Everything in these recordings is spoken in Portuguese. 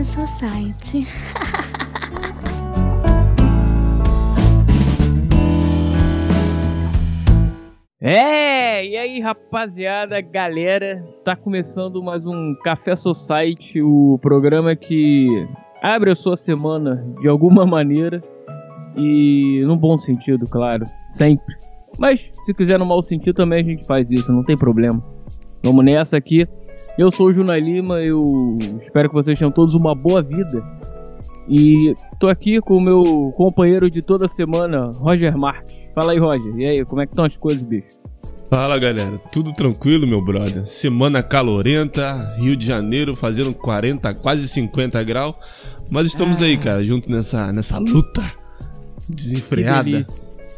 Society. E aí, rapaziada, galera, tá começando mais um Café Society, o programa que abre a sua semana de alguma maneira e no bom sentido, claro, sempre. Mas se quiser no mau sentido também a gente faz isso, não tem problema. Vamos nessa aqui. Eu sou o Juna Lima, eu espero que vocês tenham todos uma boa vida. E tô aqui com o meu companheiro de toda semana, Roger Marques. Fala aí, Roger. E aí, como é que estão as coisas, bicho? Fala, galera. Tudo tranquilo, meu brother? Semana calorenta, Rio de Janeiro fazendo 40, quase 50 graus. Mas estamos aí, cara, junto nessa luta desenfreada.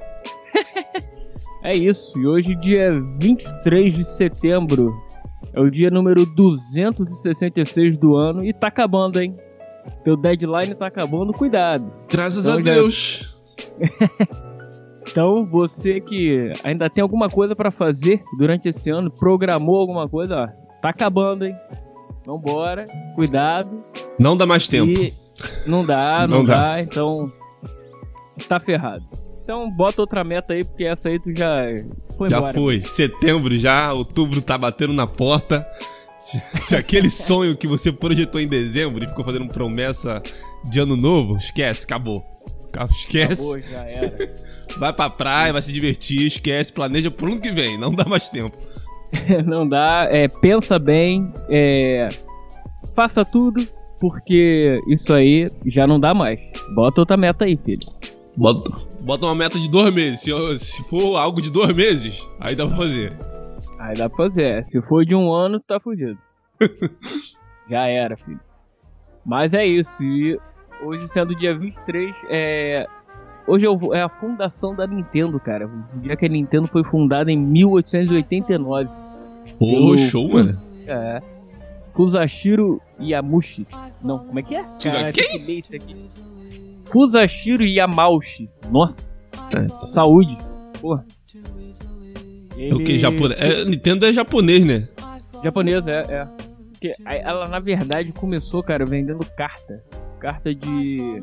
É isso. E hoje, dia 23 de setembro, é o dia número 266 do ano e tá acabando, hein? Teu deadline tá acabando, cuidado. Graças a Deus. Então, você que ainda tem alguma coisa pra fazer durante esse ano, programou alguma coisa, ó, tá acabando, hein? Vambora, cuidado. Não dá mais tempo. E não dá, então tá ferrado. Então, bota outra meta aí, porque essa aí tu já foi embora. Já foi, setembro já, outubro tá batendo na porta. Se aquele sonho que você projetou em dezembro e ficou fazendo promessa de ano novo, esquece, acabou. Esquece. Acabou, já era. Vai pra praia, vai se divertir, esquece, planeja pro ano que vem, não dá mais tempo. Não dá, pensa bem, faça tudo, porque isso aí já não dá mais. Bota outra meta aí, filho. Bota uma meta de 2 meses, se for algo de 2 meses, aí dá pra fazer. Aí dá pra fazer, se for de 1 ano, tá fudido. Já era, filho. Mas é isso, e hoje sendo dia 23, hoje é a fundação da Nintendo, cara. O dia que a Nintendo foi fundada em 1889. Pô, show, mano. Fusashiro Yamauchi. Não, como é que é? Cara, quem? Isso aqui. Fusashiro Yamauchi. Nossa. Saúde. Porra. Ele... O que? Japonês? Nintendo é japonês, né? Japonês, Porque ela, na verdade, começou, cara, vendendo carta. Carta de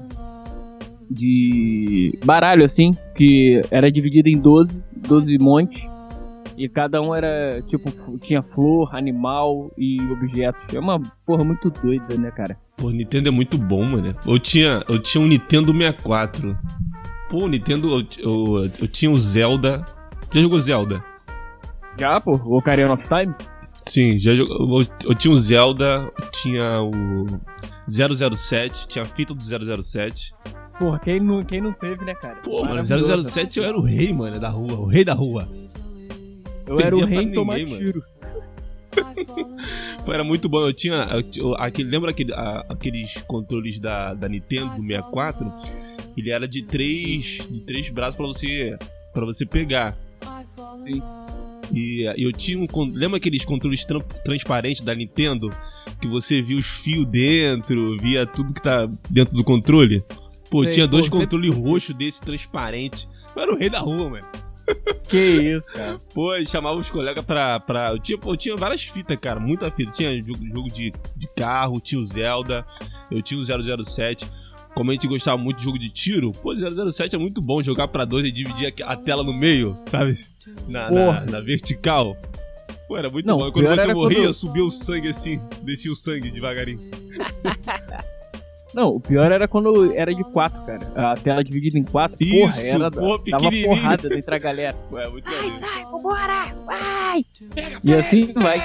baralho, assim, que era dividido em 12 montes. E cada um era, tipo, tinha flor, animal e objetos. É uma porra muito doida, né, cara? Pô, Nintendo é muito bom, mano. Eu tinha um Nintendo 64. Pô, o Nintendo, eu tinha o Zelda. Já jogou Zelda? Já, pô, o Ocarina of Time? Sim, já jogou. Eu tinha o Zelda, tinha o 007, tinha a fita do 007. Porra, quem não teve, né, cara? Pô, mano, 007 eu era o rei, mano, da rua, o rei da rua. Eu era o rei em tomar tiro. Pô, era muito bom, eu tinha lembra aqueles controles da Nintendo do 64? Ele era de três braços pra você pegar. Sim. E eu tinha lembra aqueles controles transparentes da Nintendo? Que você via os fios dentro, via tudo que tá dentro do controle? Pô, tinha 2 controles roxos desse transparente. Eu era o rei da rua, mano. Que isso, cara. Pô, chamava os colegas pra... Eu tinha várias fitas, cara, muita fita. Tinha jogo de carro, tinha o Zelda, eu tinha o 007. Como a gente gostava muito de jogo de tiro, pô, 007 é muito bom jogar pra 2 e dividir a tela no meio, sabe? Na vertical. Pô, era muito bom. Quando você morria, subia o sangue assim, descia o sangue devagarinho. Não, o pior era quando era de 4, cara. A tela dividida em 4, isso, dava porrada entre a galera. Ué, muito maneiro. Sai, vambora, vai! E assim vai.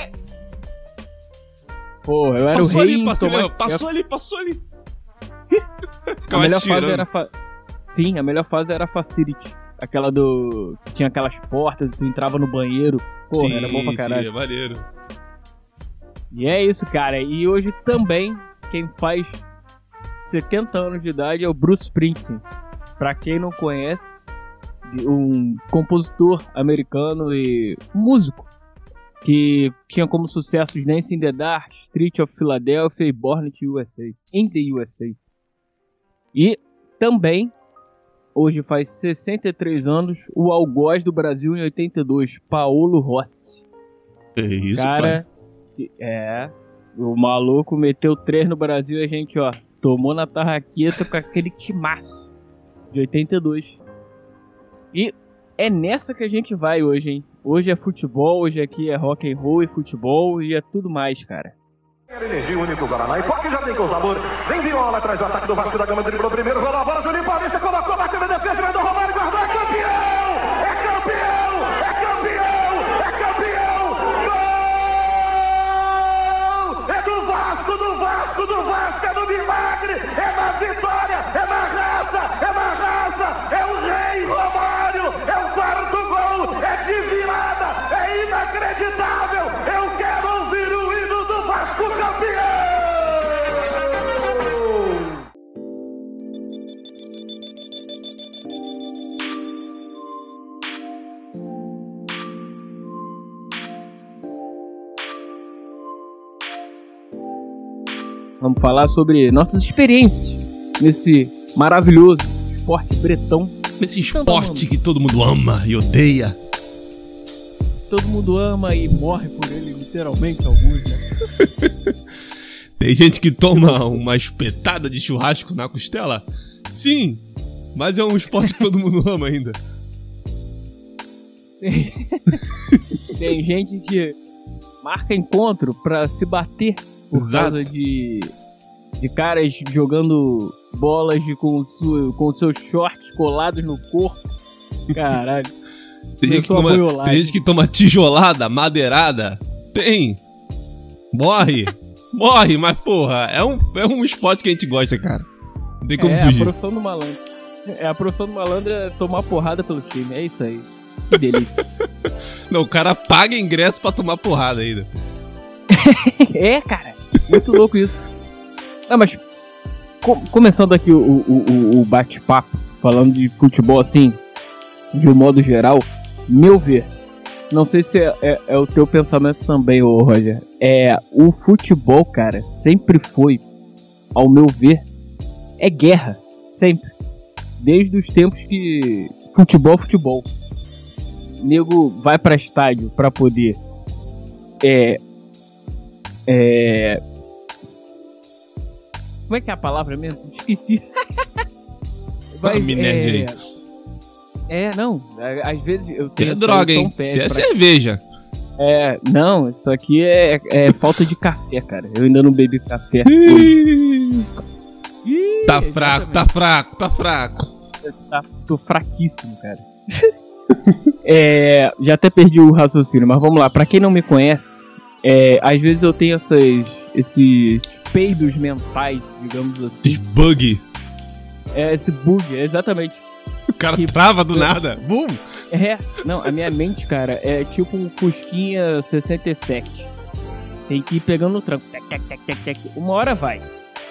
Pô, eu era o rei. Passou ali. A melhor fase era Sim, a melhor fase era a Facility. Aquela que tinha aquelas portas, tu entrava no banheiro. Porra, sim, era bom pra caralho. Sim, é maneiro. E é isso, cara. E hoje também, quem faz 70 anos de idade é o Bruce Springsteen. Pra quem não conhece, um compositor americano e músico que tinha como sucessos Dancing in the Dark, Street of Philadelphia e Born in the USA. E também, hoje faz 63 anos, o algoz do Brasil em 82, Paulo Rossi. É isso, cara, pai. O maluco meteu 3 no Brasil e a gente, ó, tomou na tarraqueta com aquele timaço de 82. E é nessa que a gente vai hoje, hein? Hoje é futebol, hoje aqui é rock and roll e futebol e é tudo mais, cara. Energia única o Guaraná e toque já tem com o sabor. Vem Viola atrás do ataque do Vasco da Gama, driblou primeiro, rolou a bola, Juninho Paulista colocou, bateu na defesa, mandou Romário, guardou, é campeão! É campeão! É campeão! É campeão! Gol! É do Vasco, do Vasco, do Vasco, é do milagre, é na vitória, é na raça, é o rei Romário, é o quarto gol, é de virada, é inacreditável, eu quero ouvir o hino do Vasco campeão! Vamos falar sobre nossas experiências nesse maravilhoso esporte bretão. Nesse esporte que todo mundo ama e odeia. Todo mundo ama e morre por ele, literalmente, alguns, né? Tem gente que toma uma espetada de churrasco na costela? Sim, mas é um esporte que todo mundo ama ainda. Tem gente que marca encontro pra se bater por causa de caras jogando bolas com seus shorts colados no corpo. Caralho. Tem gente que toma tijolada, madeirada. Tem. Morre, mas porra, é um esporte que a gente gosta, cara. Não tem como fugir. A profissão do malandro. A profissão do malandro é tomar porrada pelo time, é isso aí. Que delícia. Não, o cara paga ingresso pra tomar porrada ainda. É, cara, muito louco isso. Não, mas começando aqui o bate-papo, falando de futebol assim, de um modo geral, meu ver, não sei se é o teu pensamento também, ô Roger, o futebol, cara, sempre foi, ao meu ver, é guerra, sempre, desde os tempos que futebol, nego vai pra estádio pra poder como é que é a palavra mesmo? Esqueci. Amnésia aí. Não. Às vezes eu tenho. É droga, hein? Isso é cerveja. Não, isso aqui é falta de café, cara. Eu ainda não bebi café. Tá fraco. Tô fraquíssimo, cara. Já até perdi o raciocínio, mas vamos lá. Pra quem não me conhece, às vezes eu tenho esses peidos mentais, digamos assim. Esses bug. Esse bug, exatamente. O cara trava do nada. Bum! Não, a minha mente, cara, é tipo um Fusquinha 67. Tem que ir pegando no tranco. Uma hora vai.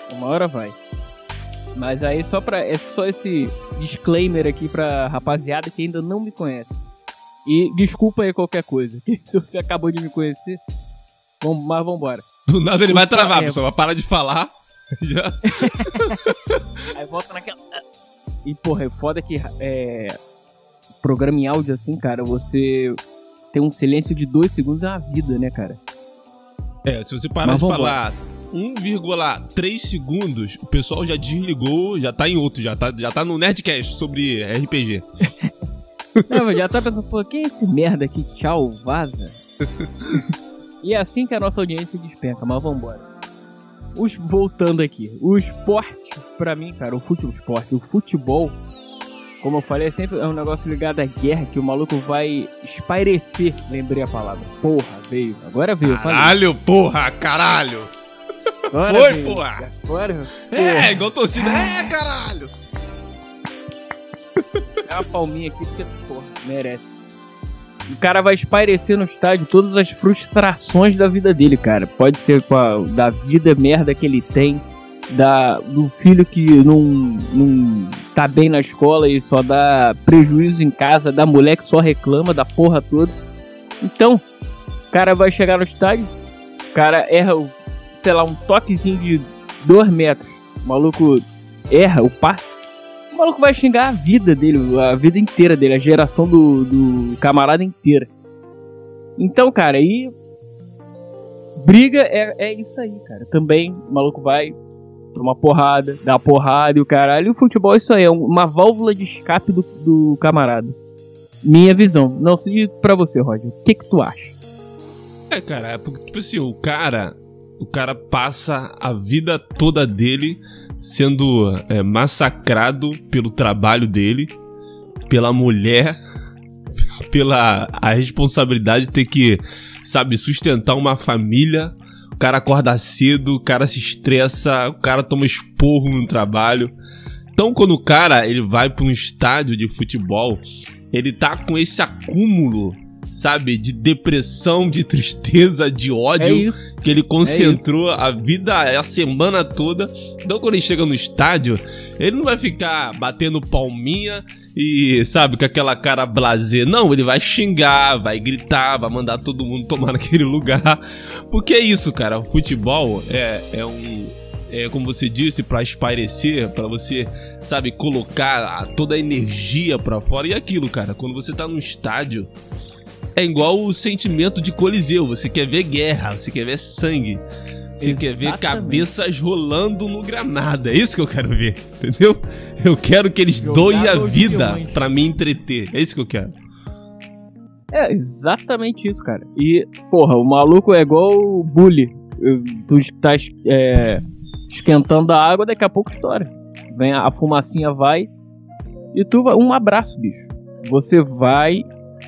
Mas aí é só esse disclaimer aqui pra rapaziada que ainda não me conhece. E desculpa aí qualquer coisa. Se você acabou de me conhecer, mas vambora. Do nada ele vai travar, pessoal. Vai parar de falar. Já. Aí volta naquela. E porra, é foda que programa em áudio assim, cara, você tem um silêncio de 2 segundos é uma vida, né, cara? Se você parar de falar 1,3 segundos, o pessoal já desligou, já tá em outro, já tá no Nerdcast sobre RPG. Não, mas já tá pensando, pô, quem é esse merda aqui? Tchau, vaza. E é assim que a nossa audiência despenca, mas vambora. Voltando aqui, o esporte, pra mim, cara, o futebol, como eu falei, sempre é um negócio ligado à guerra, que o maluco vai espairecer, lembrei a palavra. Porra, veio, agora veio. Caralho, porra, caralho. Agora foi, veio, porra. Agora, igual torcida, caralho. É uma palminha aqui, porque, porra, merece. O cara vai espairecer no estádio todas as frustrações da vida dele, cara. Pode ser da vida merda que ele tem, do filho que não tá bem na escola e só dá prejuízo em casa, da mulher que só reclama da porra toda. Então, o cara vai chegar no estádio, o cara erra, sei lá, um toquezinho de 2 metros. O maluco erra o passe. O maluco vai xingar a vida dele, a vida inteira dele, a geração do camarada inteira. Então, cara, aí Briga é isso aí, cara. Também o maluco vai tomar porrada, dá porrada e o caralho. E o futebol é isso aí, é uma válvula de escape do camarada. Minha visão. Não sei pra você, Roger. O que tu acha? Cara, é porque, tipo assim, o cara passa a vida toda dele sendo massacrado pelo trabalho dele, pela mulher, pela a responsabilidade de ter que, sabe, sustentar uma família. O cara acorda cedo, o cara se estressa, o cara toma esporro no trabalho. Então, quando o cara ele vai pra um estádio de futebol, ele tá com esse acúmulo, sabe, de depressão, de tristeza, de ódio, que ele concentrou a vida, a semana toda. Então, quando ele chega no estádio, ele não vai ficar batendo palminha e, sabe, com aquela cara blasé. Não, ele vai xingar, vai gritar, vai mandar todo mundo tomar naquele lugar. Porque é isso, cara. O futebol como você disse, pra espairecer, pra você, sabe, colocar toda a energia pra fora. E aquilo, cara, quando você tá num estádio, é igual o sentimento de Coliseu. Você quer ver guerra, você quer ver sangue, você quer ver cabeças rolando no gramado. É isso que eu quero ver, entendeu? Eu quero que eles doem a vida pra me entreter. É isso que eu quero. É exatamente isso, cara. E, porra, o maluco é igual o bully. Tu tá esquentando a água, daqui a pouco estoura. Vem a fumacinha, vai. E tu vai. Um abraço, bicho. Você vai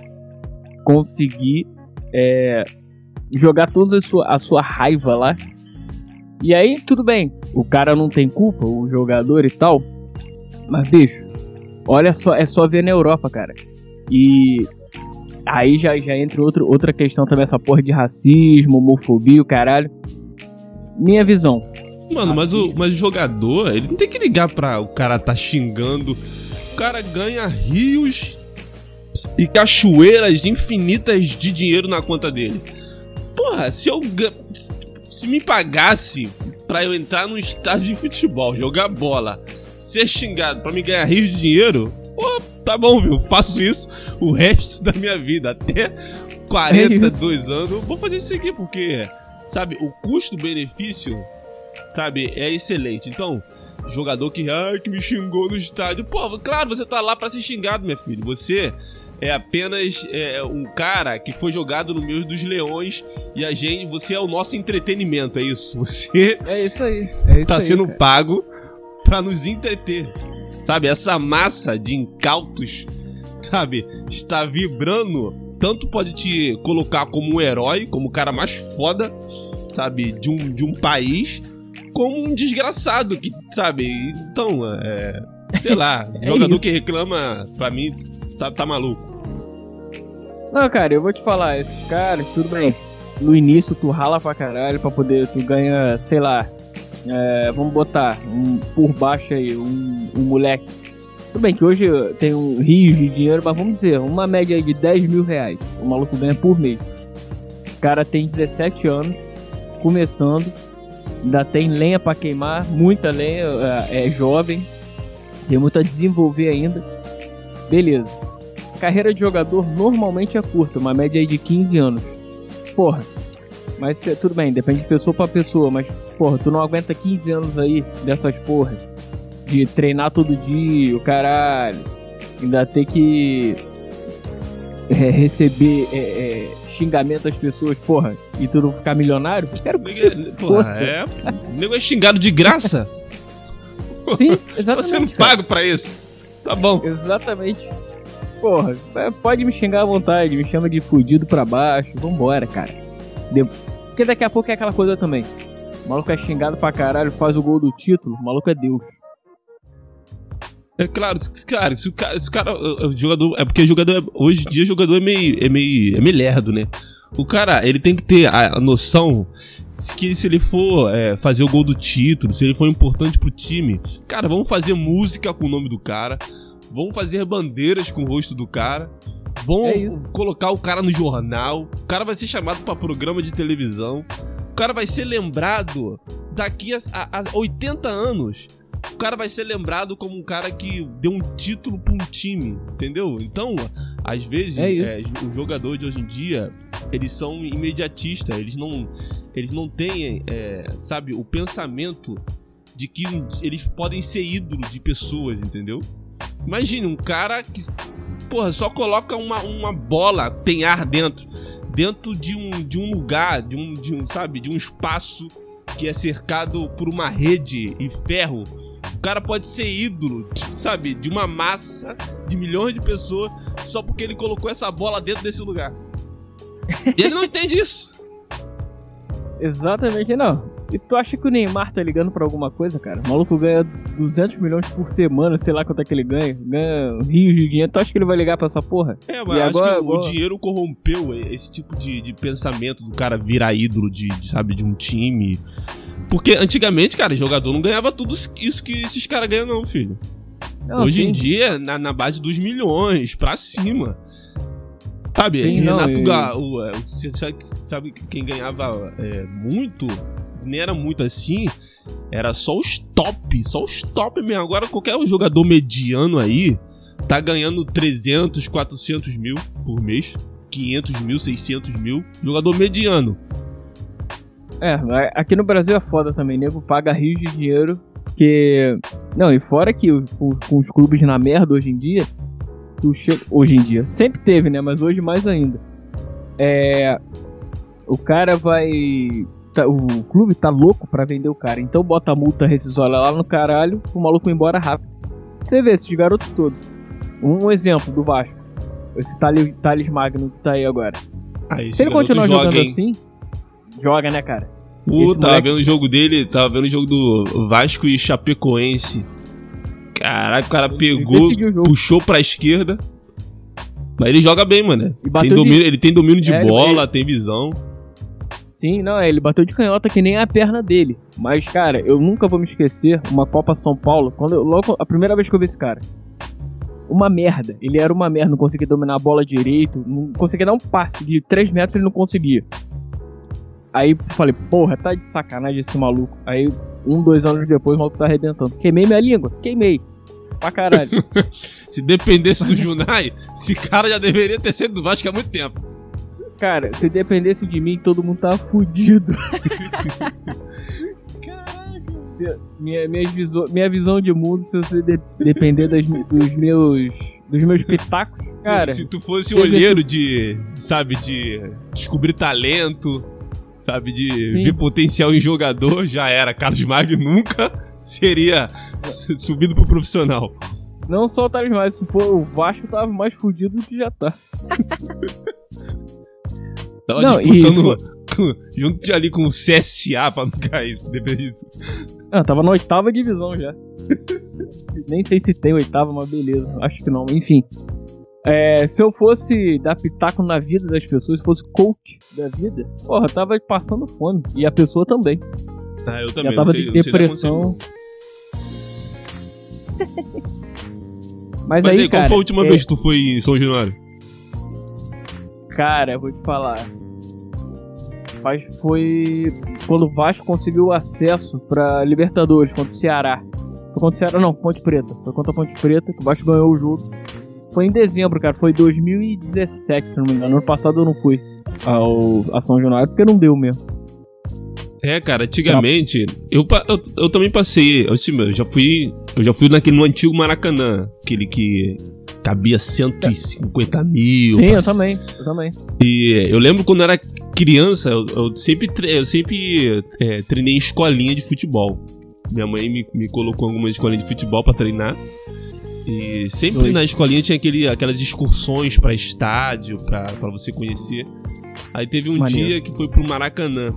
conseguir jogar toda a sua raiva lá. E aí, tudo bem. O cara não tem culpa, o jogador e tal. Mas, bicho, olha só, é só ver na Europa, cara. E aí já entra outra questão também, essa porra de racismo, homofobia, o caralho. Minha visão. Mano, mas o jogador, ele não tem que ligar pra o cara tá xingando. O cara ganha rios e cachoeiras infinitas de dinheiro na conta dele. Porra, se me pagasse pra eu entrar num estádio de futebol, jogar bola, ser xingado pra me ganhar rios de dinheiro, pô, tá bom, viu? Faço isso o resto da minha vida. Até 42 anos eu vou fazer isso aqui, porque, sabe, o custo-benefício, sabe, é excelente. Então, jogador que me xingou no estádio, pô, claro, você tá lá pra ser xingado, meu filho. Você é apenas um cara que foi jogado no meio dos leões e você é o nosso entretenimento, é isso. Você é isso aí. Tá sendo pago pra nos entreter, sabe? Essa massa de incautos, sabe, está vibrando. Tanto pode te colocar como um herói, como o cara mais foda, sabe, de um país, como um desgraçado, que, sabe, então, sei lá, jogador que reclama, pra mim, tá maluco. Não, cara, eu vou te falar, esses caras, tudo bem, no início tu rala pra caralho pra poder, tu ganha, sei lá, vamos botar por baixo aí, um moleque. Tudo bem que hoje tem um rio de dinheiro, mas vamos dizer, uma média aí de 10 mil reais, o maluco ganha por mês. O cara tem 17 anos, começando, ainda tem lenha pra queimar, muita lenha, é jovem, tem muito a desenvolver ainda. Beleza. Carreira de jogador normalmente é curta, uma média aí de 15 anos. Porra, mas tudo bem, depende de pessoa pra pessoa, mas porra, tu não aguenta 15 anos aí dessas porras, de treinar todo dia, o caralho, ainda ter que receber xingamento das pessoas, porra, e tu não ficar milionário? Quero que você... Porra, o nego é xingado de graça? Sim, exatamente. Você não paga pra isso? Tá bom. Exatamente. Porra, pode me xingar à vontade, me chama de fudido pra baixo, vambora, cara. Porque daqui a pouco é aquela coisa também. O maluco é xingado pra caralho, faz o gol do título, o maluco é Deus. É claro, cara, se o cara o jogador, é porque hoje em dia o jogador é meio lerdo, né? O cara, ele tem que ter a noção que se ele for fazer o gol do título, se ele for importante pro time, cara, vamos fazer música com o nome do cara, vamos fazer bandeiras com o rosto do cara, vamos colocar o cara no jornal, o cara vai ser chamado pra programa de televisão, o cara vai ser lembrado daqui a 80 anos. O cara vai ser lembrado como um cara que deu um título pra um time, entendeu? Então, às vezes, o jogador de hoje em dia, eles são imediatistas, eles não têm, sabe, o pensamento de que eles podem ser ídolos de pessoas, entendeu? Imagine um cara que, porra, só coloca uma bola, tem ar dentro de um lugar, de um espaço que é cercado por uma rede e ferro. O cara pode ser ídolo, sabe, de uma massa de milhões de pessoas só porque ele colocou essa bola dentro desse lugar. E ele não entende isso. Exatamente, não. E tu acha que o Neymar tá ligando pra alguma coisa, cara? O maluco ganha 200 milhões por semana, sei lá quanto é que ele ganha. Ganha rios de dinheiro. Tu acha que ele vai ligar pra essa porra? Mas e acho agora, que o dinheiro corrompeu esse tipo de pensamento do cara virar ídolo de um time. Porque antigamente, cara, jogador não ganhava tudo isso que esses caras ganham não, filho. Não, hoje em dia, na base dos milhões, pra cima. Sabe, sim, Renato Gaúcho, sabe quem ganhava muito, nem era muito assim, era só os top mesmo. Agora qualquer jogador mediano aí tá ganhando 300, 400 mil por mês, 500 mil, 600 mil, jogador mediano. Aqui no Brasil é foda também, nego paga rios de dinheiro, porque... Não, e fora que com os clubes na merda hoje em dia, hoje em dia, sempre teve, né, mas hoje mais ainda, o cara vai... O clube tá louco pra vender o cara, então bota a multa rescisória lá no caralho, o maluco ir embora rápido. Você vê esses garotos todos. Um exemplo do Vasco, esse Thales Magno que tá aí agora. Se ele continuar jogando assim, joga, né, cara? Tava vendo o jogo dele, tava vendo o jogo do Vasco e Chapecoense. Caraca, o cara pegou, puxou pra esquerda. Mas ele joga bem, mano. Ele tem domínio de bola, tem visão. Sim, não, ele bateu de canhota que nem a perna dele. Mas, cara, eu nunca vou me esquecer uma Copa São Paulo, logo a primeira vez que eu vi esse cara. Uma merda. Ele era uma merda, não conseguia dominar a bola direito, não conseguia dar um passe de 3 metros, ele não conseguia. Aí eu falei, porra, tá de sacanagem esse maluco. Aí, 2 anos depois, o maluco tá arrebentando. Queimei minha língua? Queimei. Pra caralho. Se dependesse do Junai, esse cara já deveria ter sido do Vasco há muito tempo. Cara, se dependesse de mim, todo mundo tava fudido. Caraca. Minha visão de mundo, se você depender dos meus pitacos, cara... Se tu fosse olheiro de descobrir talento, sabe, de ver potencial em jogador, já era. Carlos Magno nunca seria subido pro profissional. Não só o Thales Magno, se for o Vasco, tava mais fudido do que já tá. Tava disputando junto ali com o CSA pra não cair, depende disso. Tava na 8ª divisão já. Nem sei se tem 8ª, mas beleza, acho que não, enfim. Se eu fosse dar pitaco na vida das pessoas, se fosse coach da vida, porra, tava passando fome. E a pessoa também. Eu também. Já tava de depressão. Mas aí, qual foi a última vez que tu foi em São Januário? Cara, eu vou te falar. Foi quando o Vasco conseguiu acesso pra Libertadores contra o Ceará. Foi contra o Ceará, não, Ponte Preta. Foi contra a Ponte Preta que o Vasco ganhou o jogo. Foi em dezembro, cara. Foi 2017, se não me engano. Ano passado eu não fui a São Januário porque não deu mesmo. Cara, antigamente eu também passei. Eu já fui no antigo Maracanã, aquele que cabia 150 mil. Sim, eu também. E eu lembro quando eu era criança, eu sempre treinei em escolinha de futebol. Minha mãe me colocou em algumas escolinhas de futebol pra treinar. E sempre na escolinha tinha aquelas excursões pra estádio, pra você conhecer. Aí teve um dia que foi pro Maracanã.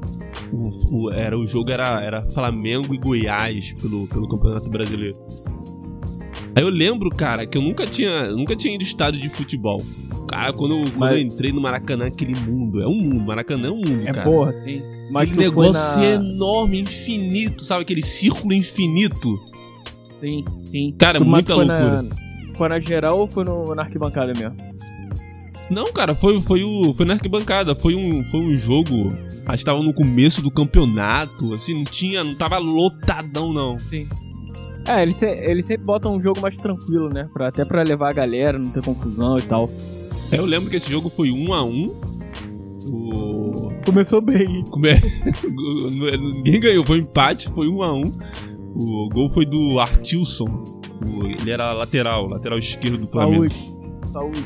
O jogo era Flamengo e Goiás pelo Campeonato Brasileiro. Aí eu lembro, cara, que eu nunca tinha ido estádio de futebol. Cara, quando eu entrei no Maracanã, aquele mundo, Maracanã é um mundo, cara. Porra, sim. Mas aquele negócio enorme, infinito, sabe? Aquele círculo infinito. Sim. Cara, muita loucura. Foi na geral ou foi na arquibancada mesmo? Não, cara, foi na arquibancada. Foi um jogo. Acho que tava no começo do campeonato. Assim, não tava lotadão, não. Sim. Eles sempre botam um jogo mais tranquilo, né? Até pra levar a galera, não ter confusão e tal. Eu lembro que esse jogo foi 1-1. Começou bem. Ninguém ganhou, foi um empate, foi 1-1. O gol foi do Artilson. Ele era lateral esquerdo do Flamengo. Saúde.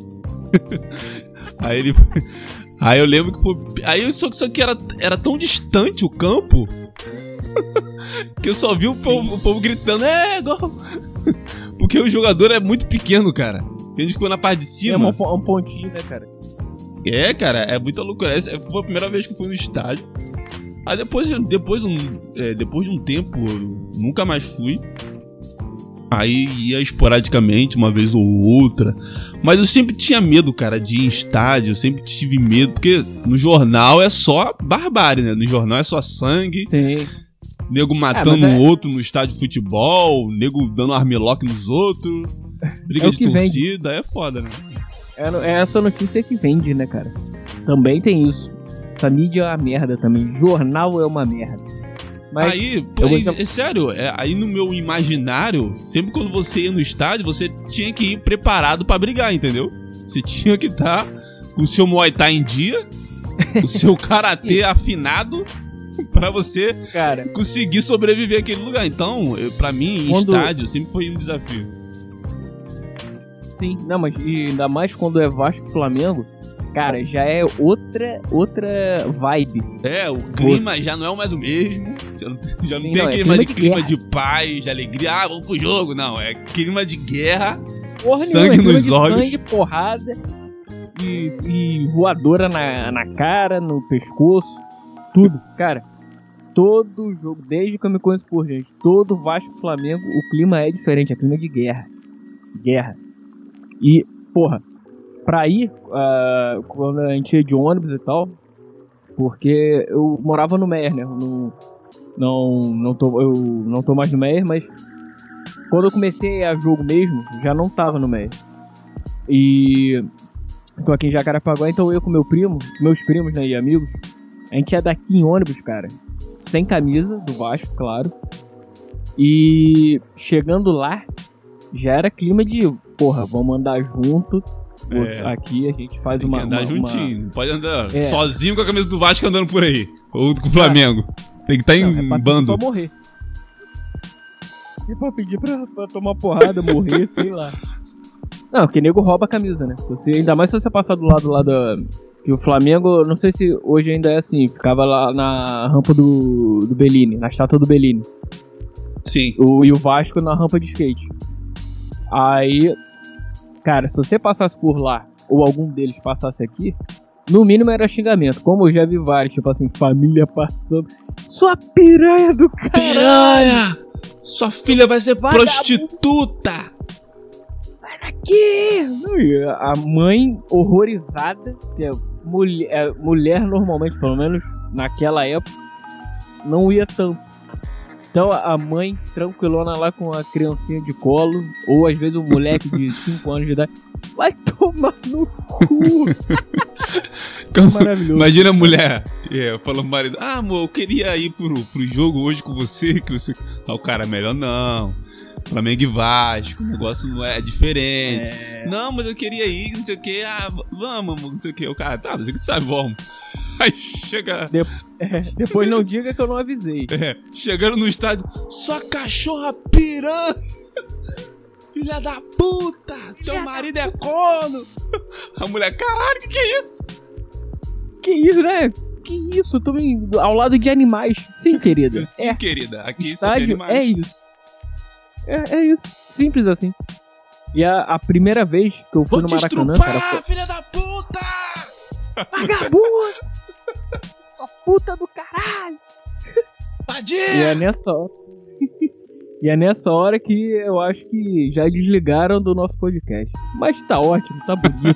Aí eu lembro que foi. Aí só que era tão distante o campo que eu só vi o povo gritando, gol! Porque o jogador é muito pequeno, cara. A gente ficou na parte de cima. É um pontinho, né, cara? Cara, é muita loucura. Essa foi a primeira vez que eu fui no estádio. Aí depois de um tempo, eu nunca mais fui. Aí ia esporadicamente, uma vez ou outra. Mas eu sempre tinha medo, cara, de ir em estádio. Eu sempre tive medo, porque no jornal é só barbárie, né? No jornal é só sangue. Sim. Nego matando um outro no estádio de futebol. Nego dando armlock nos outros. Briga de torcida, vende. É foda, né? É essa notícia que vende, né, cara? Também tem isso. Essa mídia é uma merda também. Jornal é uma merda. Mas é sério, aí no meu imaginário, sempre quando você ia no estádio, você tinha que ir preparado pra brigar, entendeu? Você tinha que estar com o seu Muay Thai em dia, o seu karatê afinado, pra você conseguir sobreviver àquele lugar. Então, pra mim, estádio sempre foi um desafio. Sim, não, mas ainda mais quando é Vasco e Flamengo, cara, já é outra vibe. O clima já não é mais o mesmo. Já não tem aquele mais clima de paz, de alegria. Vamos pro jogo. Não, é clima de guerra. Sangue nos olhos. Sangue, porrada e voadora na cara, no pescoço. Tudo. Cara, todo jogo, desde que eu me conheço por gente, todo Vasco e Flamengo, o clima é diferente. É clima de guerra. Guerra. E, porra, pra ir, quando a gente ia de ônibus e tal, porque eu morava no Meier, né? Eu não tô mais no Meier, mas quando eu comecei a jogo mesmo, já não tava no Meier. E tô aqui em Jacarepaguá, então eu com meus primos, né, e amigos, a gente ia daqui em ônibus, cara, sem camisa, do Vasco, claro. E chegando lá, já era clima de, porra, vamos andar junto. Aqui a gente faz tem que andar juntinho, não pode andar sozinho com a camisa do Vasco andando por aí, ou com o Flamengo. Tem que estar em bando. Pra morrer. E pra pedir pra tomar porrada, morrer, sei lá. Não, porque nego rouba a camisa, né? Ainda mais se você passar do lado lá que o Flamengo, não sei se hoje ainda é assim, ficava lá na rampa do Bellini, na estátua do Bellini. Sim. E o Vasco na rampa de skate. Aí, cara, se você passasse por lá, ou algum deles passasse aqui, no mínimo era xingamento. Como eu já vi vários, tipo assim, família passando. Sua piranha do caralho! Piranha! Sua filha vai ser prostituta! Sai daqui! A mãe horrorizada, que é mulher normalmente, pelo menos naquela época, não ia tanto. Então a mãe tranquilona lá com a criancinha de colo, ou às vezes um moleque de 5 anos de idade, vai tomar no cu. Maravilhoso. Imagina a mulher falando pro marido, amor, eu queria ir pro jogo hoje com você. O cara, melhor não. Flamengo e Vasco, o negócio não é diferente. Não, mas eu queria ir, não sei o que. Vamos, não sei o que. O cara, tá, você que sabe, vamos. Aí chega... Depois não diga que eu não avisei. Chegando no estádio, sua cachorra piranha! Filha da puta! Teu marido é corno! A mulher, caralho, que é isso? Que isso, né? Que isso? Eu tô ao lado de animais. Sim, querida. Sim, querida. Aqui só tem animais. É isso. É isso. Simples assim. E a primeira vez que eu fui no Maracanã, cara... filha da puta! Vagabundo! A puta do caralho! Padinha! E é nessa hora que eu acho que já desligaram do nosso podcast. Mas tá ótimo, tá bonito.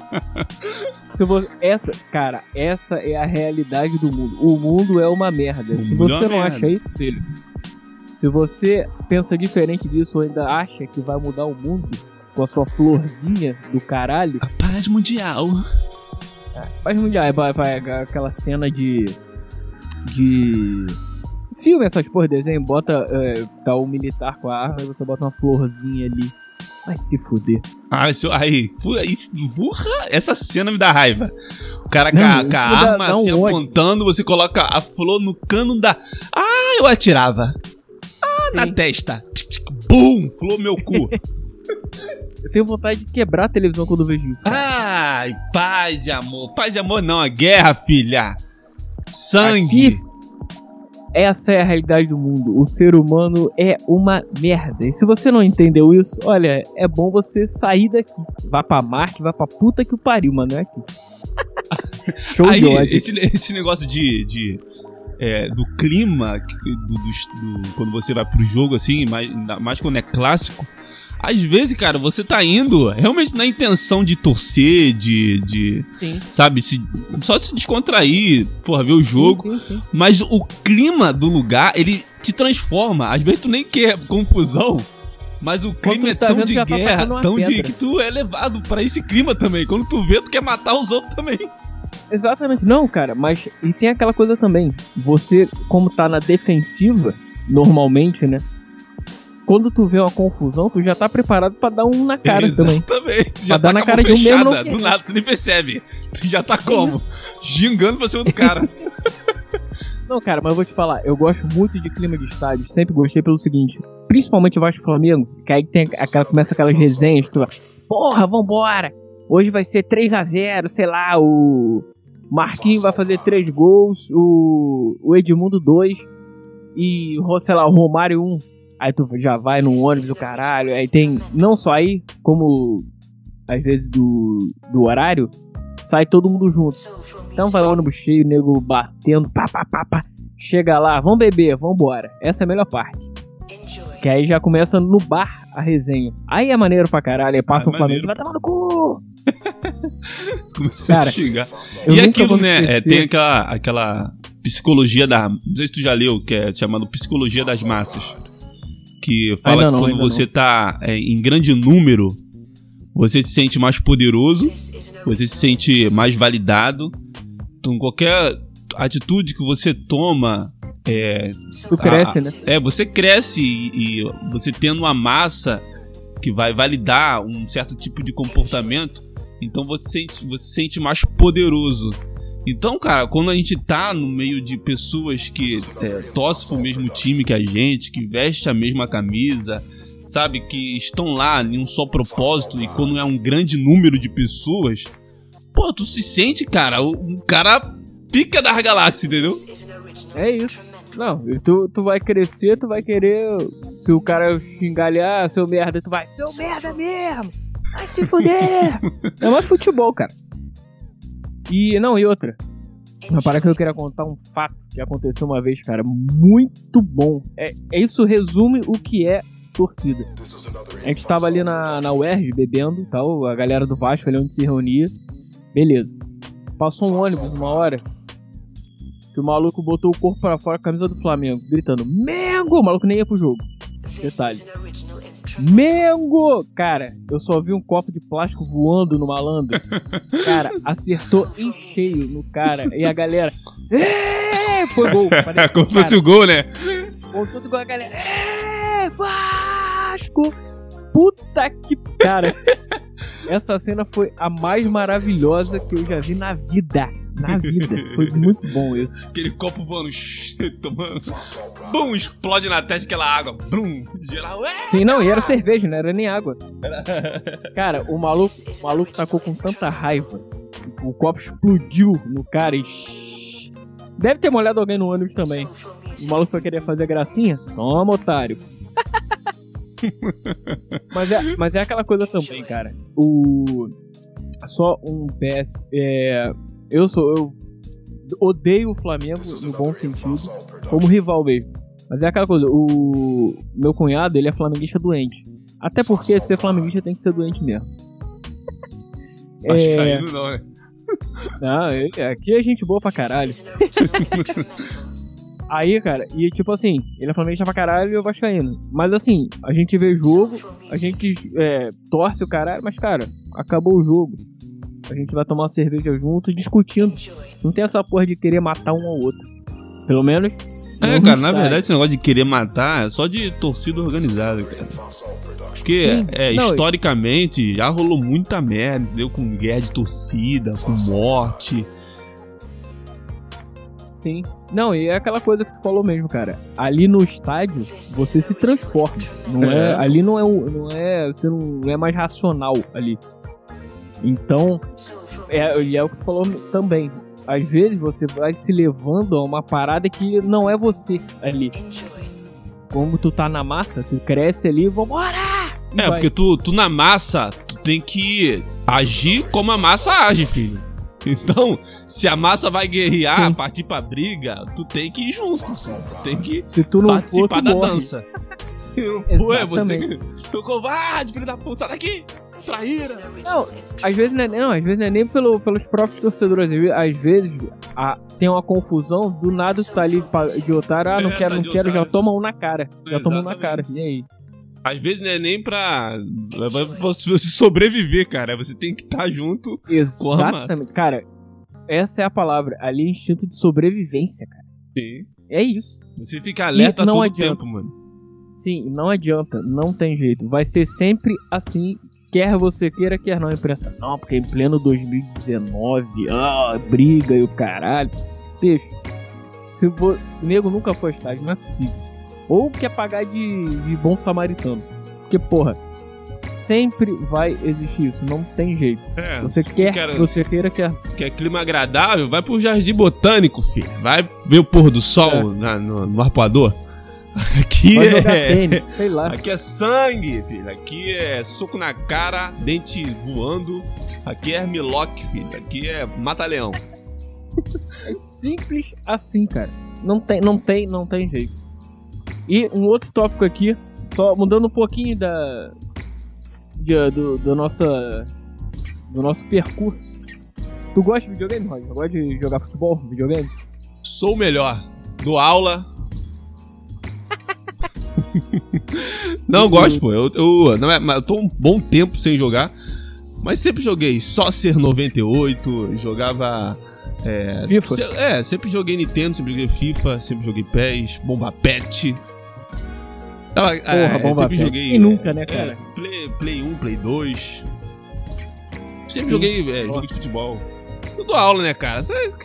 Essa é a realidade do mundo. O mundo é uma merda. Se você não acha isso, filho, se você pensa diferente disso ou ainda acha que vai mudar o mundo com a sua florzinha do caralho... A paz mundial. Paz mundial, vai aquela cena de filme, essas porra de desenho, bota tá o militar com a arma e você bota uma florzinha ali Vai se fuder. Ah, isso aí. Porra, essa cena me dá raiva. O cara com a arma assim apontando, você coloca a flor no cano da... Ah, eu atirava. Ah, sim. Na testa. Bum, flor meu cu. Eu tenho vontade de quebrar a televisão quando eu vejo isso. Cara. Ai, paz e amor. Paz e amor não, a guerra, filha. Sangue. Aqui, essa é a realidade do mundo. O ser humano é uma merda. E se você não entendeu isso, olha, é bom você sair daqui. Vá pra Marte, vá pra puta que o pariu, mano. Não é aqui. Show aí, de ódio. Esse negócio do clima, quando você vai pro jogo, assim, mais quando é clássico, às vezes, cara, você tá indo realmente na intenção de torcer, sabe, só se descontrair, porra, ver o jogo, sim. Mas o clima do lugar, ele te transforma. Às vezes tu nem quer confusão, mas o clima é tão de guerra, tão de que tu é levado pra esse clima também. Quando tu vê, tu quer matar os outros também. Exatamente, não, cara, mas e tem aquela coisa também, você, como tá na defensiva, normalmente, né, quando tu vê uma confusão, tu já tá preparado pra dar um na cara também. Exatamente, tu já pra tá dar na cara de um mesmo. Do nada, tu nem percebe, tu já tá como? Gingando pra cima do cara. Não, cara, mas eu vou te falar, eu gosto muito de clima de estádio, sempre gostei pelo seguinte, principalmente Vasco e Flamengo, que aí começa aquelas resenhas, tu vai, porra, vambora! Hoje vai ser 3-0, sei lá, o Marquinhos vai fazer 3 gols, o Edmundo 2 e, sei lá, o Romário 1. Aí tu já vai no ônibus do caralho, aí tem, não só aí, como às vezes do horário, sai todo mundo junto. Então vai o ônibus cheio, nego batendo, pá. Chega lá, vamos beber, vambora. Essa é a melhor parte. Que aí já começa no bar a resenha. Aí é maneiro pra caralho, aí passa o Flamengo, vai tomar no cu! Começa a xingar. E aquilo, né, tem aquela psicologia não sei se tu já leu, que é chamado Psicologia das Massas. Que fala que quando você tá em grande número, você se sente mais poderoso, você se sente mais validado. Então qualquer atitude que você toma... tu cresce, né? Você cresce e você tendo uma massa que vai validar um certo tipo de comportamento, então você se sente mais poderoso. Então, cara, quando a gente tá no meio de pessoas que torcem pro mesmo time que a gente, que vestem a mesma camisa, sabe, que estão lá em um só propósito, e quando é um grande número de pessoas, pô, tu se sente, cara, um cara pica das galáxias, entendeu? É isso. Não, tu vai crescer, tu vai querer, se o cara xingalhar, seu merda, tu vai, seu merda mesmo, vai se fuder. É mais futebol, cara. E outra. Uma parada que eu queria contar, um fato que aconteceu uma vez, cara, muito bom. Isso resume o que é torcida. A gente tava ali na UERJ bebendo e tal, a galera do Vasco ali onde se reunia. Beleza. Passou um ônibus uma hora, que o maluco botou o corpo pra fora, a camisa do Flamengo, gritando, Mengo! O maluco nem ia pro jogo. Detalhe. Mengo! Cara, eu só vi um copo de plástico voando no malandro. Cara, acertou em cheio no cara. E a galera... Foi gol. Como fosse o gol, né? Como fosse o gol, a galera... Vasco! Puta que... Cara, essa cena foi a mais maravilhosa que eu já vi na vida. Na vida. Foi muito bom isso. Aquele copo voando, tomando... Bum, explode na testa aquela água. Bum, geral. Sim, não, e era cerveja, não era nem água. Cara, o maluco tacou com tanta raiva. O copo explodiu no cara e... Deve ter molhado alguém no ônibus também. O maluco foi querer fazer gracinha? Toma, otário. Mas é aquela coisa também, cara. Só um PS. Eu odeio o Flamengo no bom sentido, como rival mesmo. Mas é aquela coisa, o meu cunhado, ele é flamenguista doente. Até porque ser flamenguista tem que ser doente mesmo. Vascaíno não, né? Não, aqui é gente boa pra caralho. Aí, cara, e tipo assim, ele é flamenguista pra caralho e eu vascaíno. Mas assim, a gente vê jogo, a gente torce o caralho, mas cara, acabou o jogo. A gente vai tomar uma cerveja junto discutindo. Não tem essa porra de querer matar um ao outro. Pelo menos... cara, na verdade esse negócio de querer matar é só de torcida organizada, cara. Porque historicamente já rolou muita merda, entendeu? Com guerra de torcida, com morte. Sim. Não, e é aquela coisa que tu falou mesmo, cara. Ali no estádio, você se transforma. Ali você não é mais racional ali. Então, é o que tu falou também. Às vezes você vai se levando a uma parada que não é você ali. Como tu tá na massa, tu cresce ali, vambora! Porque tu na massa, tu tem que agir como a massa age, filho. Então, se a massa vai guerrear, partir pra briga, tu tem que ir junto. Tu tem que participar da dança. Ué, você que é covarde, filho da puta, sai daqui! Traíra! Não, às vezes não é nem pelos próprios torcedores. Às vezes tem uma confusão, do nada tu tá ali de otário, não quero, já toma um na cara. E aí? Às vezes não é nem pra você sobreviver, cara. Você tem que estar junto com a massa. Exatamente, cara. Essa é a palavra. Ali é instinto de sobrevivência, cara. Sim. É isso. Você fica alerta todo o tempo, mano. Sim, não adianta. Não tem jeito. Vai ser sempre assim, quer você queira, quer não. Imprensa. Não, porque em pleno 2019, briga e o caralho. Deixa. O nego nunca foi estágio, não é possível. Ou quer pagar de bom samaritano. Porque, porra, sempre vai existir isso, não tem jeito. Você queira, quer. Quer clima agradável? Vai pro Jardim Botânico, filho. Vai ver o pôr do sol no arpoador. Aqui vai jogar tênis, sei lá. Aqui é sangue, filho. Aqui é soco na cara, dente voando. Aqui é Armlock, filho. Aqui é Mata-Leão. É simples assim, cara. Não tem jeito. E um outro tópico aqui, só mudando um pouquinho do nosso percurso. Tu gosta de videogame, Roger? Gosta de jogar futebol, videogame? Sou o melhor. Dou aula. Não gosto, pô. Eu tô um bom tempo sem jogar, mas sempre joguei Soccer 98, jogava... FIFA? Sempre joguei Nintendo, sempre joguei FIFA, sempre joguei PES, Bomba Pet. Bomba sempre Pet. joguei. E nunca, né, cara? Play 1, Play 2. Sempre joguei jogo de futebol. Eu dou aula, né, cara?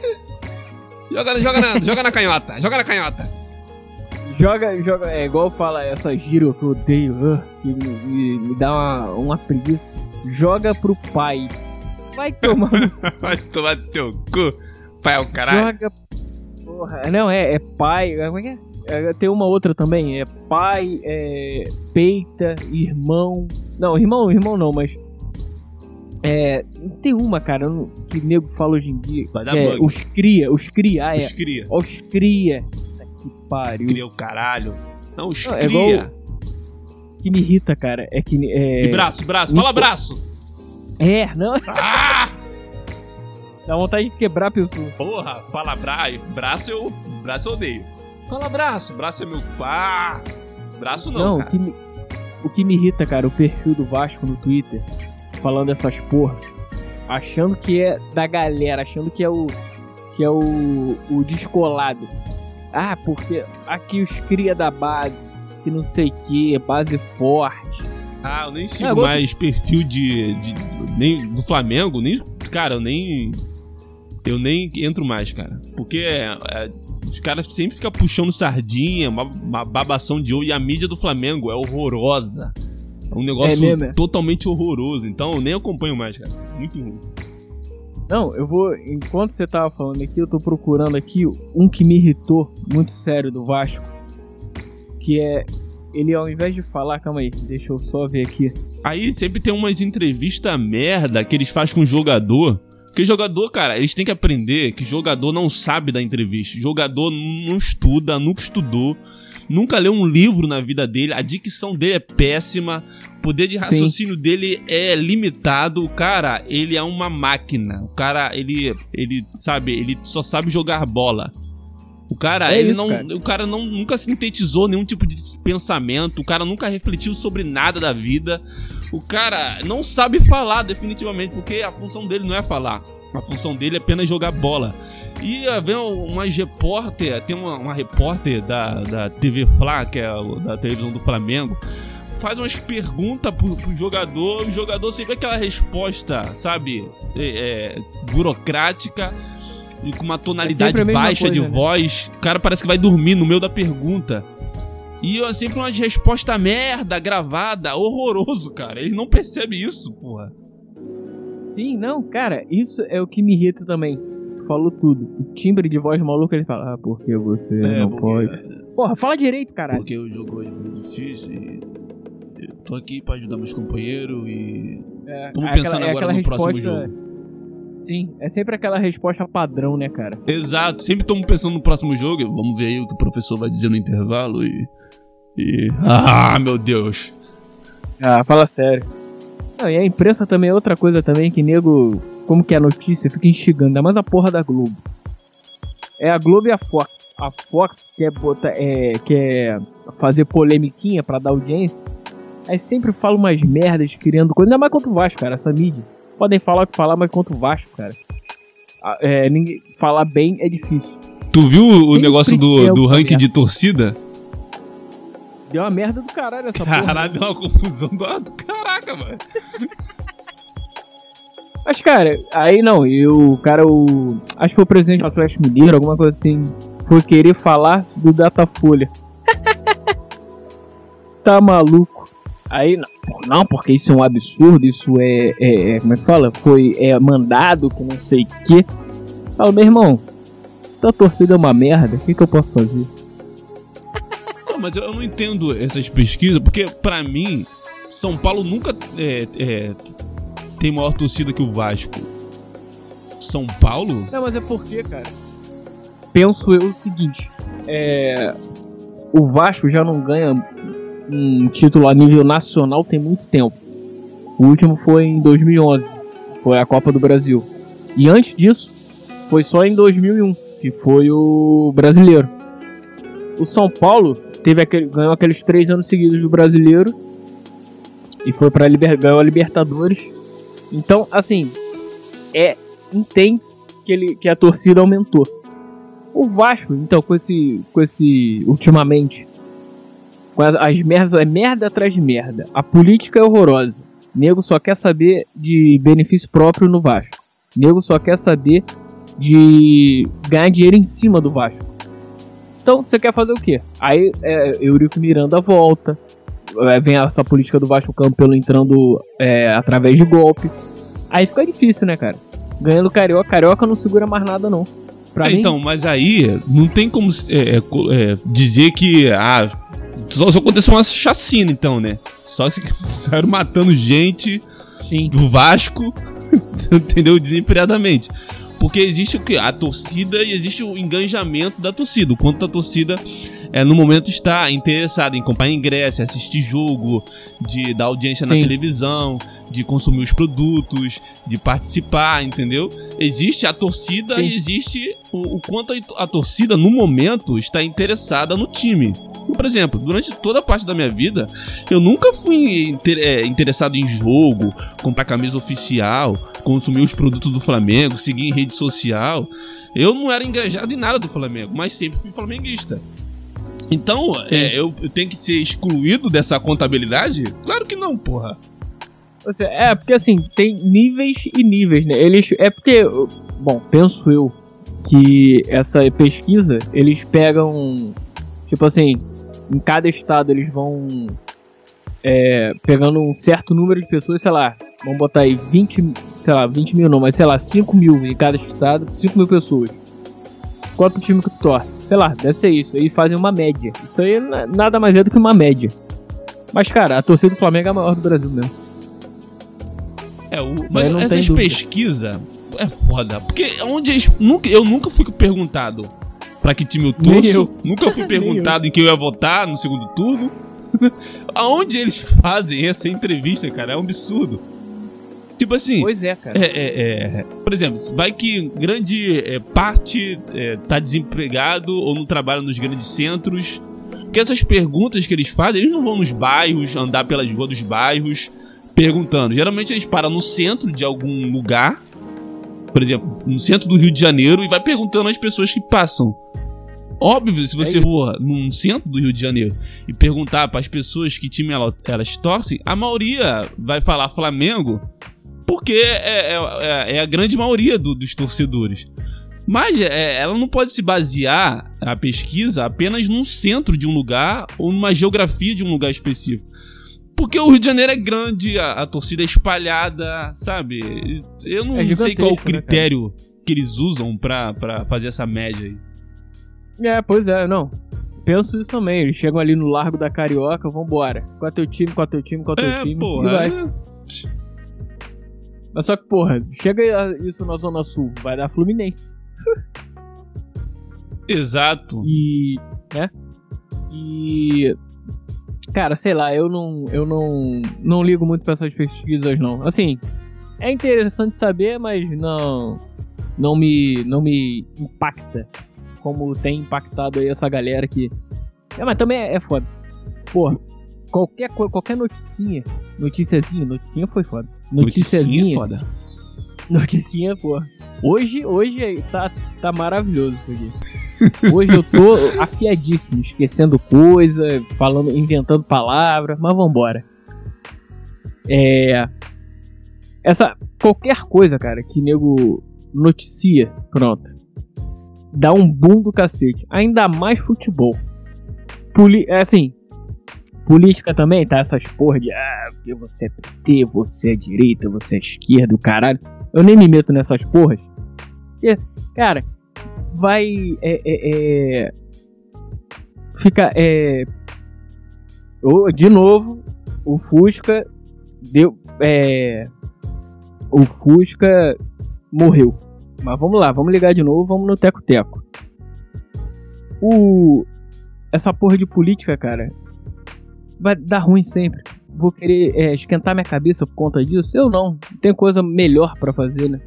Joga na canhota. Joga na canhota. Joga, igual fala essa gíria que eu odeio, que me dá uma preguiça. Joga pro pai. Vai tomar. Vai tomar teu cu. Pai é o caralho. Joga. Porra, não, é pai. Como é que é? Tem uma outra também. É pai, peita, irmão. Não, irmão não, mas. Tem uma, cara, que nego fala hoje em dia. Vai dar bug. Os cria. Os cria. Que pariu. Cria o caralho. Não, os não, cria. Que me irrita, cara. E braço. Fala braço. Não. Dá vontade de quebrar a pessoa. Porra, fala braço eu odeio. Fala braço é meu pá. Braço não, cara. O que me irrita, cara, o perfil do Vasco no Twitter falando essas porras, achando que é da galera, achando que é o descolado. Porque aqui os cria da base, que não sei o que, base forte. Eu nem sigo mais perfil nem do Flamengo, nem, cara, eu nem entro mais, cara. Porque os caras sempre ficam puxando sardinha, uma babação de ovo, e a mídia do Flamengo é horrorosa. É um negócio totalmente horroroso, então eu nem acompanho mais, cara. Muito ruim. Não, eu vou, enquanto você tava falando aqui, eu tô procurando aqui um que me irritou muito sério do Vasco, que é... Ele, ao invés de falar, calma aí, deixa eu só ver aqui. Aí sempre tem umas entrevistas merda que eles fazem com o jogador. Porque jogador, cara, eles têm que aprender que jogador não sabe da entrevista. Jogador não estuda, nunca estudou, nunca leu um livro na vida dele. A dicção dele é péssima, o poder de raciocínio dele é limitado. O cara, ele é uma máquina. O cara, ele sabe, ele só sabe jogar bola. O cara, o cara nunca sintetizou nenhum tipo de pensamento. O cara nunca refletiu sobre nada da vida. O cara não sabe falar definitivamente, porque a função dele não é falar. A função dele é apenas jogar bola. E vem umas repórter, tem uma repórter da TV Fla, que é da televisão do Flamengo, faz umas perguntas pro jogador, o jogador sempre aquela resposta, sabe? Burocrática e com uma tonalidade baixa coisa, de voz. O cara parece que vai dormir no meio da pergunta. E é sempre uma resposta merda, gravada, horroroso, cara. Ele não percebe isso, porra. Sim, não, cara, isso é o que me irrita também. Falou tudo. O timbre de voz maluco, ele fala, porque você não pode. Porra, fala direito, caralho. Porque o jogo é muito difícil e eu tô aqui pra ajudar meus companheiros e estamos pensando agora no próximo jogo. Sim, é sempre aquela resposta padrão, né, cara? Exato, sempre estamos pensando no próximo jogo. Vamos ver aí o que o professor vai dizer no intervalo e... meu Deus. Fala sério. Não, e a imprensa também é outra coisa também, que nego, como que é a notícia, fica instigando, ainda mais a porra da Globo. É a Globo e a Fox. A Fox quer fazer polemiquinha pra dar audiência. Aí sempre fala umas merdas querendo coisa, ainda mais contra o Vasco, cara, essa mídia. Podem falar o que falar, mas contra o Vasco, cara. Ninguém, falar bem é difícil. Tu viu o negócio do ranking de torcida? Deu uma merda do caralho essa porra. Caralho, deu uma confusão do caraca, mano. Mas, cara, aí não, acho que foi o presidente do Atlético Mineiro, alguma coisa assim, foi querer falar do Datafolha. Tá maluco. Aí, não, porque isso é um absurdo, isso como é que fala? Foi mandado com não sei o quê. Fala, meu irmão, essa torcida é uma merda, o que eu posso fazer? Mas eu não entendo essas pesquisas, porque pra mim, São Paulo nunca tem maior torcida que o Vasco. São Paulo? Não, mas é porque, cara, penso eu o seguinte, o Vasco já não ganha um título a nível nacional tem muito tempo. O último foi em 2011, foi a Copa do Brasil. E antes disso, foi só em 2001, que foi o Brasileiro. O São Paulo ganhou aqueles 3 anos seguidos do Brasileiro e foi pra ganhou a Libertadores. Então, assim, entende que a torcida aumentou. O Vasco, então, com esse ultimamente, com as merdas, merda atrás de merda. A política é horrorosa. Nego só quer saber de benefício próprio no Vasco. Nego só quer saber de ganhar dinheiro em cima do Vasco. Então, você quer fazer o quê? Aí, Eurico Miranda volta. Vem essa política do Vasco Campelo entrando através de golpe. Aí fica difícil, né, cara? Ganhando Carioca não segura mais nada, não. Pra mim... Então, mas aí não tem como dizer que só aconteceu uma chacina, então, né? Só que saíram matando gente. Sim. Do Vasco, entendeu? Desenfreadamente. Porque existe o quê? A torcida e existe o engajamento da torcida. O quanto a torcida no momento está interessada em comprar ingresso, assistir jogo, de dar audiência na televisão, de consumir os produtos, de participar, entendeu? Existe a torcida e existe o quanto a torcida no momento está interessada no time. Por exemplo, durante toda a parte da minha vida, eu nunca fui interessado em jogo, comprar camisa oficial, consumir os produtos do Flamengo, seguir em rede social. Eu não era engajado em nada do Flamengo, mas sempre fui flamenguista. Então, eu tenho que ser excluído dessa contabilidade? Claro que não, porra. Porque assim, tem níveis e níveis, né? Penso eu que essa pesquisa, eles pegam, tipo assim, em cada estado eles vão pegando um certo número de pessoas, sei lá, vamos botar aí 20 mil não, mas sei lá, 5 mil em cada estado, 5 mil pessoas. Quanto time que tu torce? Sei lá, deve ser isso. Aí fazem uma média. Isso aí nada mais é do que uma média. Mas, cara, a torcida do Flamengo é a maior do Brasil mesmo. Mas essas pesquisas é foda. Porque eu nunca fui perguntado pra que time eu torço. Nunca fui perguntado em quem eu ia votar no segundo turno. Aonde eles fazem essa entrevista, cara? É um absurdo. Tipo assim... Pois é, cara. Por exemplo, vai que grande parte tá desempregado ou não trabalha nos grandes centros. Porque essas perguntas que eles fazem, eles não vão nos bairros, andar pelas ruas dos bairros, perguntando. Geralmente eles param no centro de algum lugar, por exemplo, no centro do Rio de Janeiro, e vai perguntando às pessoas que passam. Óbvio, se você for num centro do Rio de Janeiro e perguntar para as pessoas que time elas torcem, a maioria vai falar Flamengo, porque é a grande maioria dos torcedores. Mas ela não pode se basear, a pesquisa, apenas num centro de um lugar ou numa geografia de um lugar específico. Porque o Rio de Janeiro é grande, a torcida é espalhada, sabe? Eu não sei qual é o critério que eles usam pra fazer essa média aí. Pois é, não. Penso isso também. Eles chegam ali no Largo da Carioca, vambora. Qual é teu time, qual é teu time, qual é teu time? Porra, e vai. Mas só que, porra, chega isso na Zona Sul, vai dar Fluminense. Exato. Cara, sei lá, eu não ligo muito pra essas pesquisas, não. Assim, é interessante saber, mas não me impacta como tem impactado aí essa galera que... mas também é foda. Porra, qualquer noticiazinha foi foda. Noticiazinha foda. Noticinha, porra. Hoje tá maravilhoso isso aqui. Hoje eu tô afiadíssimo, esquecendo coisa, falando, inventando palavras, mas vambora. Qualquer coisa, cara, que nego noticia, pronto. Dá um boom do cacete. Ainda mais futebol. Política também, tá? Essas porra de porque você é PT, você é direita, você é esquerda, o caralho. Eu nem me meto nessas porras. Porque, cara, vai fica de novo o Fusca o Fusca morreu. Mas vamos lá, vamos ligar de novo, vamos no teco-teco. Essa porra de política, cara, vai dar ruim sempre. Vou querer esquentar minha cabeça por conta disso? Eu não. Tem coisa melhor pra fazer, né?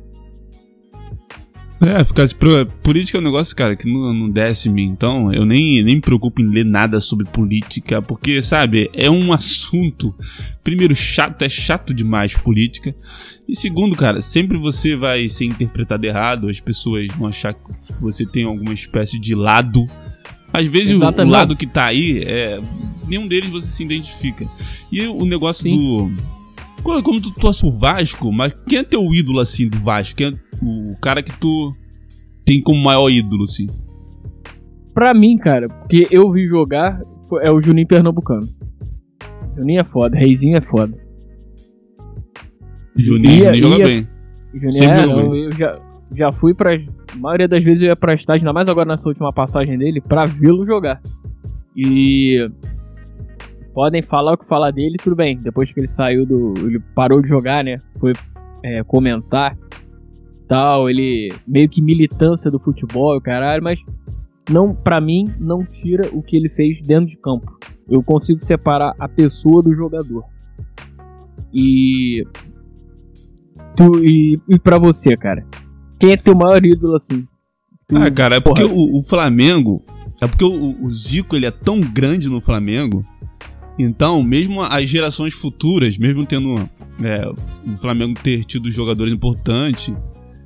Política é um negócio, cara, que não desce em mim. Então, eu nem me preocupo em ler nada sobre política, porque, sabe, é um assunto, primeiro, é chato demais política. E segundo, cara, sempre você vai ser interpretado errado, as pessoas vão achar que você tem alguma espécie de lado. Às vezes o lado que tá aí, nenhum deles você se identifica. E o negócio como tu torce o Vasco, mas quem é teu ídolo, assim, do Vasco? Quem é o cara que tu tem como maior ídolo, assim? Pra mim, cara, porque eu vi jogar, é o Juninho Pernambucano. Juninho é foda, Reizinho é foda. Juninho joga bem. Juninho eu já fui pra... A maioria das vezes eu ia pra estádio, ainda mais agora nessa última passagem dele, pra vê-lo jogar. E... podem falar o que falar dele, tudo bem. Depois que ele saiu ele parou de jogar, né? Foi comentar tal, ele meio que militância do futebol, caralho, mas não, pra mim, não tira o que ele fez dentro de campo. Eu consigo separar a pessoa do jogador. E pra você, cara, quem é teu maior ídolo, assim? Cara, é porque o Flamengo... É porque o Zico, ele é tão grande no Flamengo. Então, mesmo as gerações futuras, mesmo tendo o Flamengo ter tido jogadores importantes,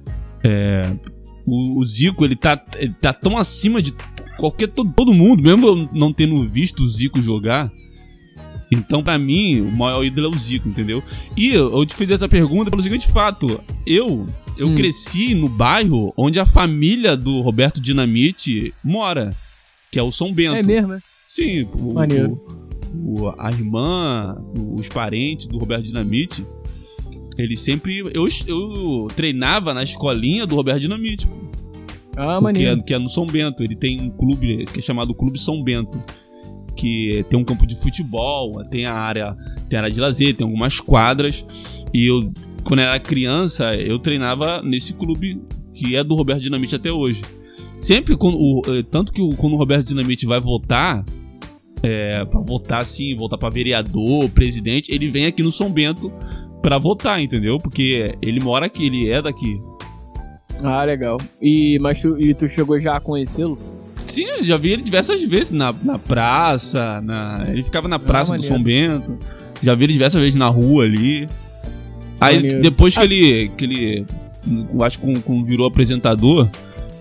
o Zico, ele tá tão acima de todo mundo, mesmo eu não tendo visto o Zico jogar. Então, pra mim, o maior ídolo é o Zico, entendeu? E eu te fiz essa pergunta pelo seguinte fato: eu cresci no bairro onde a família do Roberto Dinamite mora, que é o São Bento. É mesmo, né? Sim, maneiro. A irmã, os parentes do Roberto Dinamite, eles sempre... Eu treinava na escolinha do Roberto Dinamite. Maneiro. Que é no São Bento. Ele tem um clube que é chamado Clube São Bento, que tem um campo de futebol, tem a área de lazer, tem algumas quadras. E eu, quando era criança, eu treinava nesse clube que é do Roberto Dinamite até hoje. Sempre tanto que quando o Roberto Dinamite vai votar, pra votar assim, votar pra vereador, presidente, ele vem aqui no São Bento pra votar, entendeu? Porque ele mora aqui, ele é daqui. Ah, legal. Mas tu chegou já a conhecê-lo? Sim, eu já vi ele diversas vezes na praça, ele ficava na praça do São Bento. Já vi ele diversas vezes na rua ali. Aí depois que ele acho que quando virou apresentador,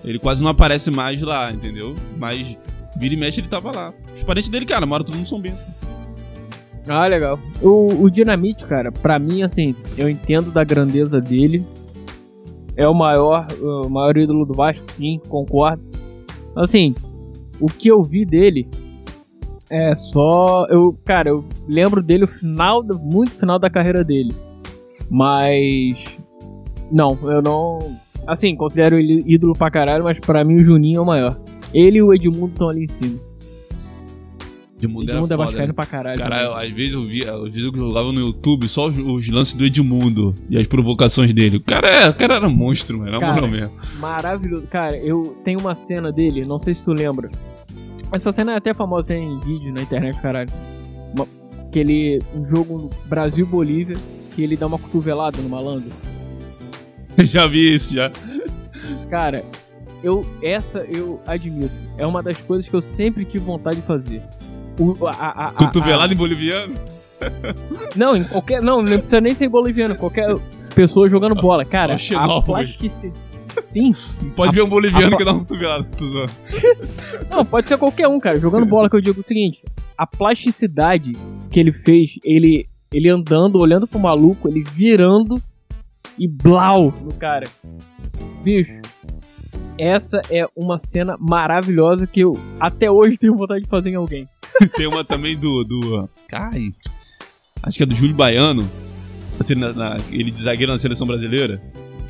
Ele quase não aparece mais lá, entendeu? Mas vira e mexe ele tava lá. Os parentes dele, cara, moram tudo no São Bento. Ah, legal. O Dinamite, cara, pra mim, assim, eu entendo da grandeza dele. É o maior ídolo do Vasco, sim, concordo. Assim, o que eu vi dele é só... Eu lembro dele muito final da carreira dele. Mas... Não, eu não... Assim, considero ele ídolo pra caralho, mas pra mim o Juninho é o maior. Ele e o Edmundo estão ali em cima. Edmundo é vascaíno né? pra caralho. Cara, às vezes eu jogava no YouTube só os lances do Edmundo e as provocações dele. O cara era monstro, mano. Na moral mesmo. Maravilhoso. Cara, eu tenho uma cena dele, não sei se tu lembra. Essa cena é até famosa, tem vídeo na internet, caralho. Um jogo Brasil e Bolívia, que ele dá uma cotovelada no malandro. Já vi isso, já. Cara, eu admito. É uma das coisas que eu sempre tive vontade de fazer. Cotovelado em boliviano? Não, em qualquer... Não precisa nem ser boliviano. Qualquer pessoa jogando bola. Cara, a plasticidade... Sim. Pode ver um boliviano que dá uma cotovelada. Não, pode ser qualquer um, cara. Jogando bola, que eu digo o seguinte. A plasticidade que ele fez, ele andando, olhando pro maluco, ele virando e blau no cara. Bicho, essa é uma cena maravilhosa que eu até hoje tenho vontade de fazer em alguém. Tem uma também Ai, acho que é do Júlio Baiano. Assim, ele de zagueiro na seleção brasileira.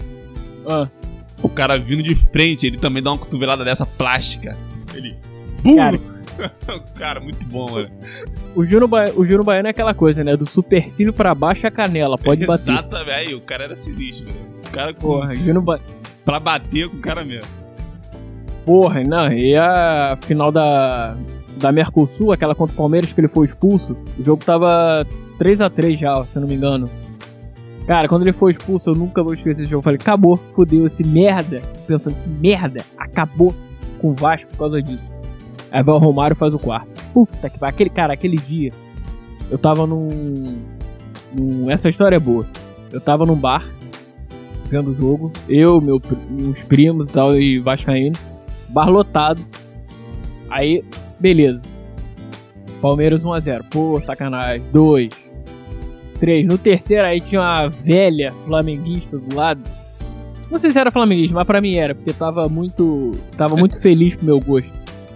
O cara vindo de frente, ele também dá uma cotovelada dessa plástica. Ele... BUM! Cara, muito bom, mano. O Júnior Baiano é aquela coisa, né? Do supercílio pra baixo a canela, pode bater. Exatamente, aí, o cara era sinistro, velho. O cara pra bater com o cara mesmo. Porra, não, e a final da Mercosul, aquela contra o Palmeiras que ele foi expulso, o jogo tava 3-3 já, se eu não me engano. Cara, quando ele foi expulso, eu nunca vou esquecer esse jogo. Eu falei, acabou, fodeu, esse merda. Pensando, esse merda, acabou com o Vasco por causa disso. Aí vai o Romário e faz o quarto. Puta que pariu. Aquele dia, eu tava essa história é boa. Eu tava num bar, vendo o jogo. Eu, meus primos e tal, e vascaíno. Bar lotado. Aí, beleza. Palmeiras 1-0. Pô, sacanagem. 2, 3. No terceiro aí tinha uma velha flamenguista do lado. Não sei se era flamenguista, mas pra mim era, porque tava muito feliz pro meu gosto.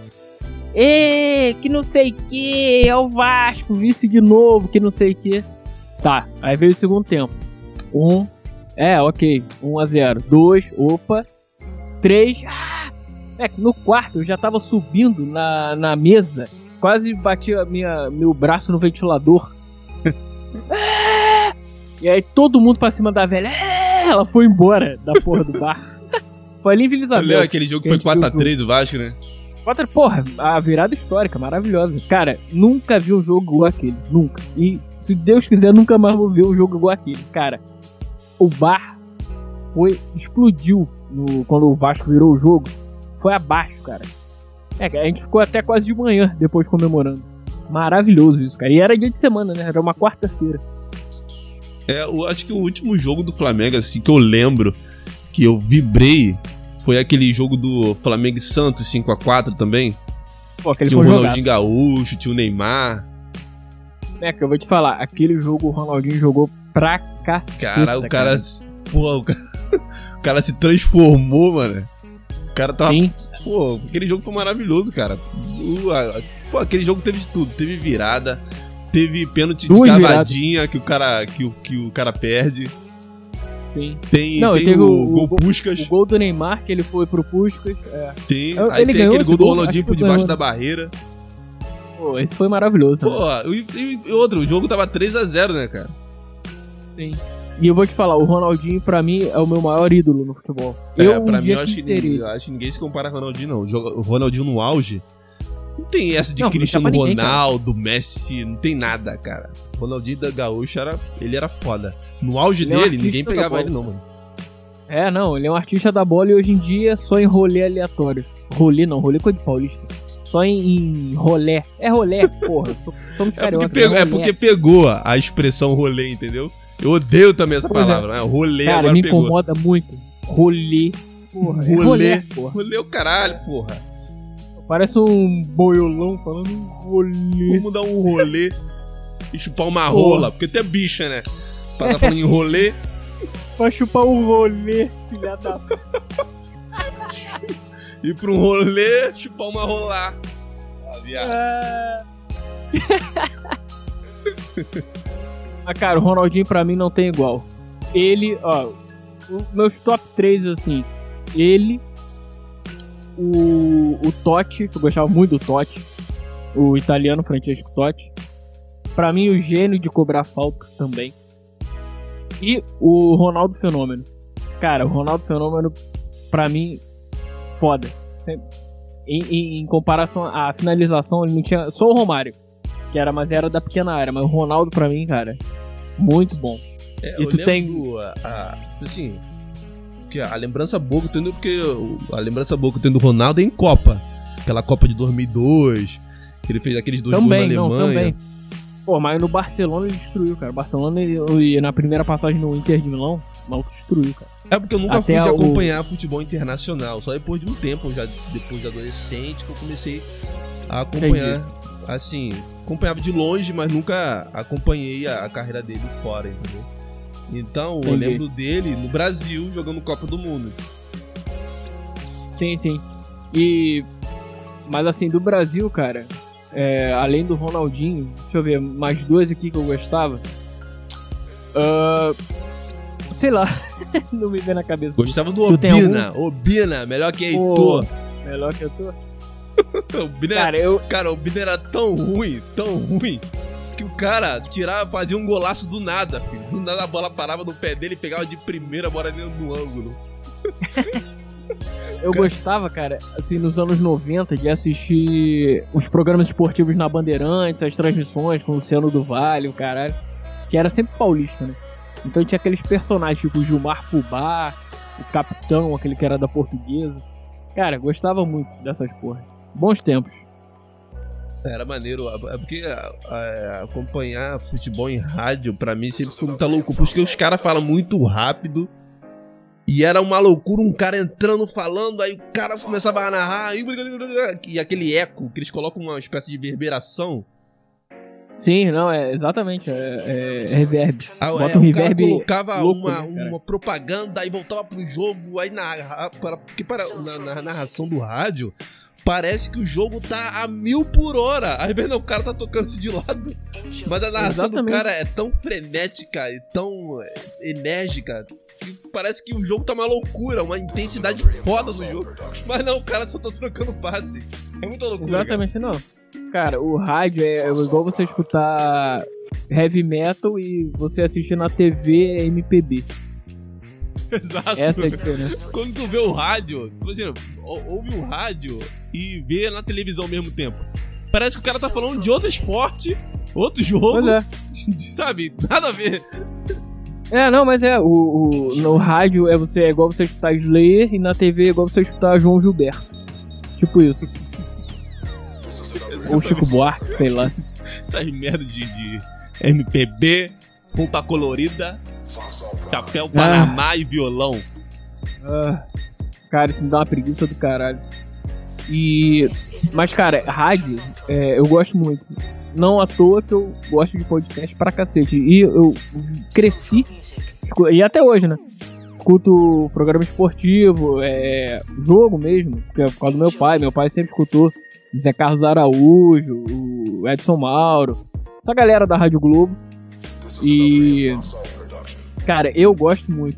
Que não sei que, é o Vasco, vice de novo, que não sei que. Tá, aí veio o segundo tempo. 1-0. 2, opa. 3, no quarto eu já tava subindo na mesa. Quase bati meu braço no ventilador. E aí todo mundo pra cima da velha. Ela foi embora da porra do bar. Foi ali em Vila Isabel. Olha, aquele jogo que foi 4-3 do Vasco, né? Porra, a virada histórica, maravilhosa. Cara, nunca vi um jogo igual aquele. Nunca. E se Deus quiser, nunca mais vou ver um jogo igual aquele. Cara, o bar explodiu quando o Vasco virou o jogo. Foi abaixo, cara. A gente ficou até quase de manhã depois comemorando. Maravilhoso isso, cara. E era dia de semana, né? Era uma quarta-feira. Eu acho que o último jogo do Flamengo, assim, que eu lembro, que eu vibrei, foi aquele jogo do Flamengo e Santos 5-4 também. Pô, tinha o Ronaldinho Gaúcho, tinha o Neymar. Que eu vou te falar, aquele jogo o Ronaldinho jogou pra caceta. Cara, o cara se transformou, mano. O cara tava... Sim. Pô, aquele jogo foi maravilhoso, cara. Aquele jogo teve de tudo. Teve virada, teve pênalti de cavadinha que o cara perde. Sim. Tem o gol Puskás. O gol do Neymar, que ele foi pro Puskás. Sim. Aí tem aquele gol do Ronaldinho por debaixo da barreira. Pô, esse foi maravilhoso. Pô, e outro, o jogo tava 3-0, né, cara? Sim. E eu vou te falar, o Ronaldinho, pra mim, é o meu maior ídolo no futebol. Pra mim, eu acho que ninguém se compara a Ronaldinho, não. O Ronaldinho no auge, não tem essa de Cristiano Ronaldo, Messi, não tem nada, cara. O Ronaldinho da Gaúcha, ele era foda. No auge dele, ninguém pegava ele, não, mano. Ele é um artista da bola e hoje em dia só em rolê aleatório. Rolê coisa de paulista. Só em rolé. É rolé, porra. Somos carioca. Porque pegou a expressão rolê, entendeu? Eu odeio também essa palavra, né? Rolê, cara, agora me incomoda muito. Rolê. porra. Rolê. Porra. Rolê o caralho, porra. Parece um boiolão falando um rolê. Vamos dar um rolê e chupar uma rola, porque até bicha, né? Pra tá falando em rolê. Pra chupar um rolê, filha da... Ir pra um rolê, chupar uma rolar. Ah, viado. Mas, cara, o Ronaldinho pra mim não tem igual. Ele, ó, meus top 3, assim, ele, o Totti, que eu gostava muito do Totti, o italiano Francesco Totti. Pra mim, o gênio de cobrar falta também. E o Ronaldo Fenômeno. Cara, o Ronaldo Fenômeno, pra mim, foda. Em comparação à finalização, ele não tinha... Só o Romário, mas era da pequena área. Mas o Ronaldo, pra mim, cara, muito bom. É, e eu tu lembro, tem... assim, que a lembrança boa que eu tenho, porque a lembrança boa que eu tenho do Ronaldo é em Copa. Aquela Copa de 2002, que ele fez aqueles 2 gols na Alemanha. Também. Pô, mas no Barcelona ele destruiu, cara. Barcelona, e na primeira passagem no Inter de Milão, o maluco destruiu, cara. É porque eu nunca fui de acompanhar futebol internacional. Só depois de um tempo, já depois de adolescente, que eu comecei a acompanhar. Entendi. Assim, acompanhava de longe, mas nunca acompanhei a carreira dele fora, entendeu? Então, eu lembro dele no Brasil, jogando Copa do Mundo. Sim. Mas assim, do Brasil, cara, além do Ronaldinho, deixa eu ver, mais 2 aqui que eu gostava. Sei lá, não me vem na cabeça. Gostava do Obina, melhor que Heitor. Melhor que Heitor? Cara, o Obina era tão ruim, que o cara fazia um golaço do nada, filho. Do nada a bola parava no pé dele e pegava de primeira, bora dentro do ângulo. Eu gostava, cara, assim, nos anos 90, de assistir os programas esportivos na Bandeirantes, as transmissões com o Luciano do Vale, o caralho, que era sempre paulista, né? Então tinha aqueles personagens, tipo o Gilmar Fubá, o Capitão, aquele que era da Portuguesa. Cara, gostava muito dessas porras. Bons tempos. Era maneiro, é porque acompanhar futebol em rádio, pra mim, sempre foi muita loucura, porque os caras falam muito rápido. E era uma loucura, um cara entrando, falando, aí o cara começava a narrar, e aquele eco, que eles colocam uma espécie de reverberação. Sim, não, exatamente, reverb. Bota um reverb, o cara colocava louco, uma propaganda, aí voltava pro jogo, aí porque na narração do rádio, parece que o jogo tá a 1000 por hora. Aí vem, o cara tá tocando-se de lado. Mas a narração do cara é tão frenética e tão enérgica que parece que o jogo tá uma loucura, uma intensidade foda no jogo. Mas não, o cara só tá trocando passe. É muita loucura. Exatamente, cara. Não. Cara, o rádio é igual você escutar heavy metal e você assistir na TV MPB. Exato. Essa é a diferença. Quando tu vê o rádio, por exemplo, ouve o rádio e vê na televisão ao mesmo tempo. Parece que o cara tá falando de outro esporte, outro jogo. Pois é. Sabe? Nada a ver. Não, mas no rádio é igual você escutar Slayer e na TV é igual você escutar João Gilberto. Tipo isso. Ou Chico Buarque, sei lá. Essas merda de MPB, roupa colorida, chapéu Panamá e violão. Cara, isso me dá uma preguiça do caralho. Mas, cara, rádio, eu gosto muito. Não à toa que eu gosto de podcast pra cacete. E eu cresci, e até hoje, né? Escuto programa esportivo, jogo mesmo, porque é por causa do meu pai. Meu pai sempre escutou Zé Carlos Araújo, o Edson Mauro, essa galera da Rádio Globo. E, cara, eu gosto muito.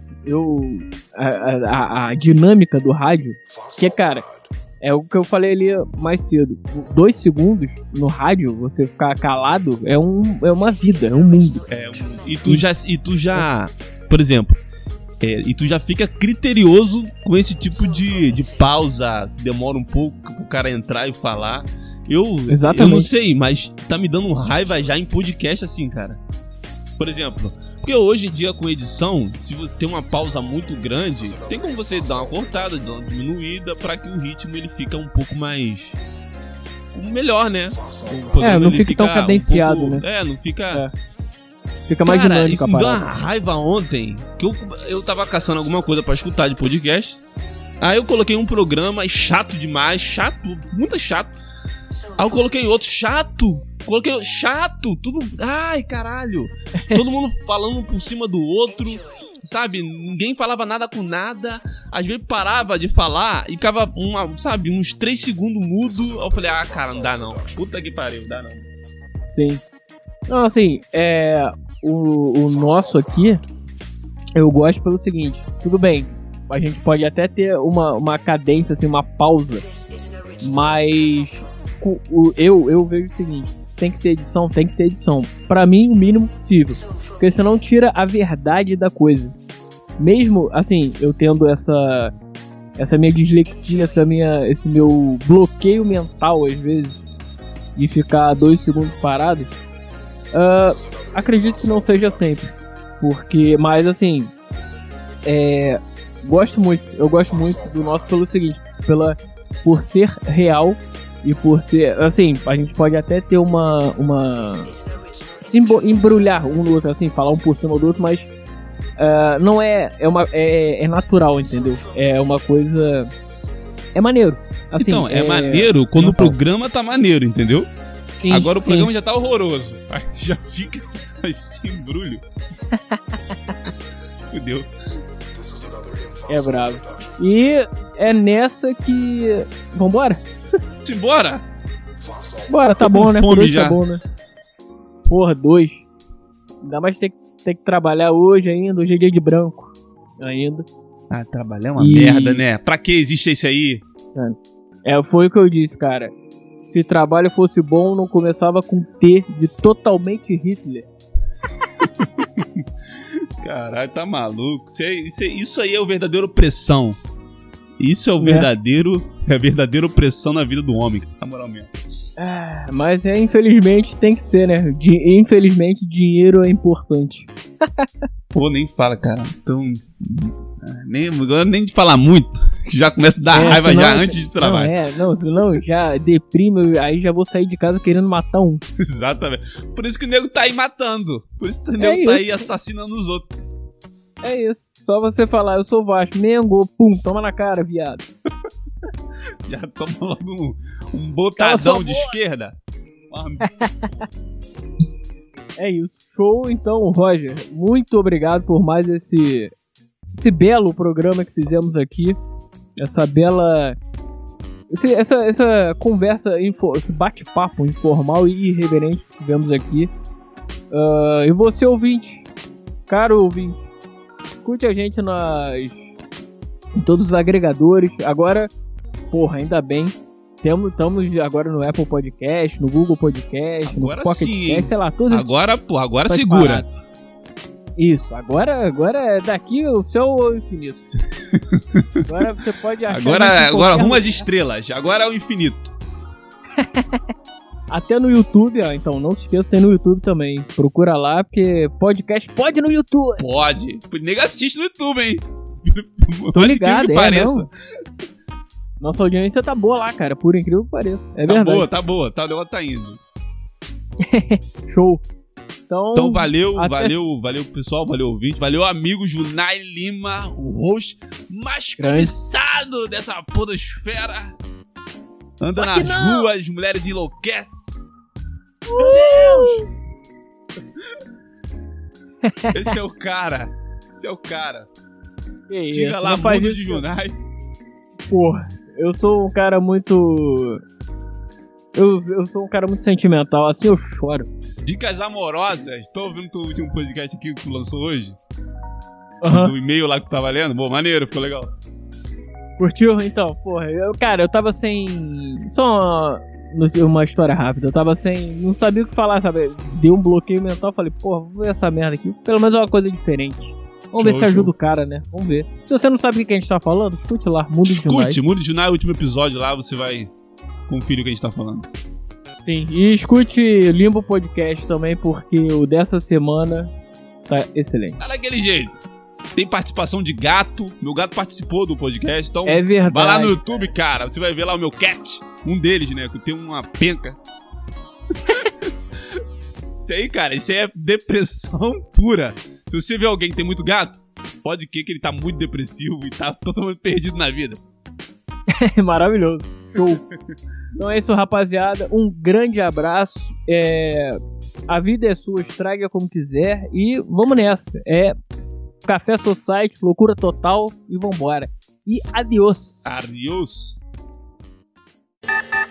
A dinâmica do rádio, que, cara, é o que eu falei ali mais cedo. 2 segundos no rádio, você ficar calado, é uma vida, é um mundo. E tu já, por exemplo, e tu já fica criterioso com esse tipo de pausa, que demora um pouco pro cara entrar e falar. Eu não sei, mas tá me dando raiva já em podcast assim, cara. Por exemplo, porque hoje em dia com edição, se você tem uma pausa muito grande, tem como você dar uma cortada, dar uma diminuída, pra que o ritmo ele fica um pouco mais... melhor, né? Não fica tão cadenciado, né? Não fica... Fica mais dinâmico. Isso me deu uma raiva ontem, que eu tava caçando alguma coisa pra escutar de podcast. Aí eu coloquei um programa chato demais, chato, muito chato. Aí eu coloquei outro chato. Coloquei chato, tudo. Ai, caralho. Todo mundo falando um por cima do outro. Sabe? Ninguém falava nada com nada. Às vezes parava de falar e ficava, uns 3 segundos mudo. Aí eu falei, cara, não dá não. Puta que pariu, não dá não. Sim. Não, assim, o nosso aqui, eu gosto pelo seguinte. Tudo bem, a gente pode até ter uma cadência, assim, uma pausa. Mas eu vejo o seguinte. Tem que ter edição. Pra mim, o mínimo possível. Porque senão tira a verdade da coisa. Mesmo, assim, eu tendo essa minha dislexia, esse meu bloqueio mental, às vezes, de ficar 2 segundos parado, acredito que não seja sempre. Mas, assim, eu gosto muito do nosso pelo seguinte, por ser real. E por ser, assim, a gente pode até ter se embrulhar um no outro, assim, falar um por cima do outro, mas não é natural, entendeu? É uma coisa, é maneiro. Assim, então, é maneiro quando o programa tá maneiro, entendeu? Sim, agora o programa já tá horroroso, aí já fica esse embrulho. Fudeu. É bravo. E é nessa que... Vambora? Simbora! Bora, tá bom, né? Por hoje tá bom, né? Porra, 2. Ainda mais ter que trabalhar hoje ainda. Hoje é dia de branco. Ainda. Trabalhar é uma merda, né? Pra que existe esse aí? Foi o que eu disse, cara. Se trabalho fosse bom, não começava com T de totalmente Hitler. Caralho, tá maluco. Isso aí é o verdadeiro opressão. Isso é o verdadeiro, é a verdadeira opressão na vida do homem, na moral mesmo. Mas infelizmente tem que ser, né? Infelizmente dinheiro é importante. Pô, nem fala, cara. Então, agora nem de falar muito, que já começa a dar raiva senão, já antes de trabalhar. Senão já deprime, aí já vou sair de casa querendo matar um. Exatamente. Por isso que o nego tá aí matando. Por isso que o nego tá aí assassinando os outros. É isso. Só você falar, eu sou Vasco, Mengo, pum, toma na cara, viado. Já toma logo um botadão de esquerda. É isso. Show, então, Roger. Muito obrigado por mais esse belo programa que fizemos aqui. Essa bela... Essa conversa, esse bate-papo informal e irreverente que tivemos aqui. E você, ouvinte, caro ouvinte, escute a gente em todos os agregadores. Agora, porra, ainda bem. Estamos agora no Apple Podcast, no Google Podcast, agora no Pocket Cast, sei lá, tudo isso. Agora segura. Parado. Isso, agora é daqui o céu infinito. Agora você pode achar. Agora rumo às estrelas, agora é o infinito. Até no YouTube, ó. Então não se esqueça de ter no YouTube também. Procura lá, porque podcast pode no YouTube. Pode. O nego assiste no YouTube, hein? Tô ligado, não. Nossa audiência tá boa lá, cara. Por incrível que pareça. É verdade. Tá boa. O negócio tá indo. Show. Então valeu, pessoal. Valeu, ouvinte. Valeu, amigo Junai Lima, o host mais cobiçado dessa podosfera. Anda nas ruas, mulheres enlouquecem. Meu Deus! Esse é o cara. Diga lá, mundo de Junai. Porra, eu sou um cara muito... Eu sou um cara muito sentimental, assim eu choro. Dicas amorosas. Tô ouvindo o último podcast aqui que tu lançou hoje. Do e-mail lá que tu tava lendo. Bom, maneiro, ficou legal. Curtiu? Então, porra, eu tava sem... Só uma história rápida. Eu tava sem... Não sabia o que falar, sabe? Deu um bloqueio mental, falei, porra, vou ver essa merda aqui. Pelo menos é uma coisa diferente. Vamos ver se ajuda o cara, né? Vamos ver. Se você não sabe o que a gente tá falando, escute lá, Mundo de Junai. Mundo de Junai, o último episódio lá, você vai conferir o que a gente tá falando. Sim, e escute Limbo Podcast também, porque o dessa semana tá excelente. Tá daquele jeito. Tem participação de gato. Meu gato participou do podcast, então é verdade, vai lá no YouTube, cara. Você vai ver lá o meu cat. Um deles, né, que tem uma penca. Isso aí, cara, isso aí é depressão pura. Se você vê alguém que tem muito gato, pode crer que ele tá muito depressivo e tá totalmente perdido na vida. Maravilhoso. Show. Então é isso, rapaziada. Um grande abraço. A vida é sua, estraga como quiser. E vamos nessa. Café Society, loucura total. E vambora. E adiós. Adiós.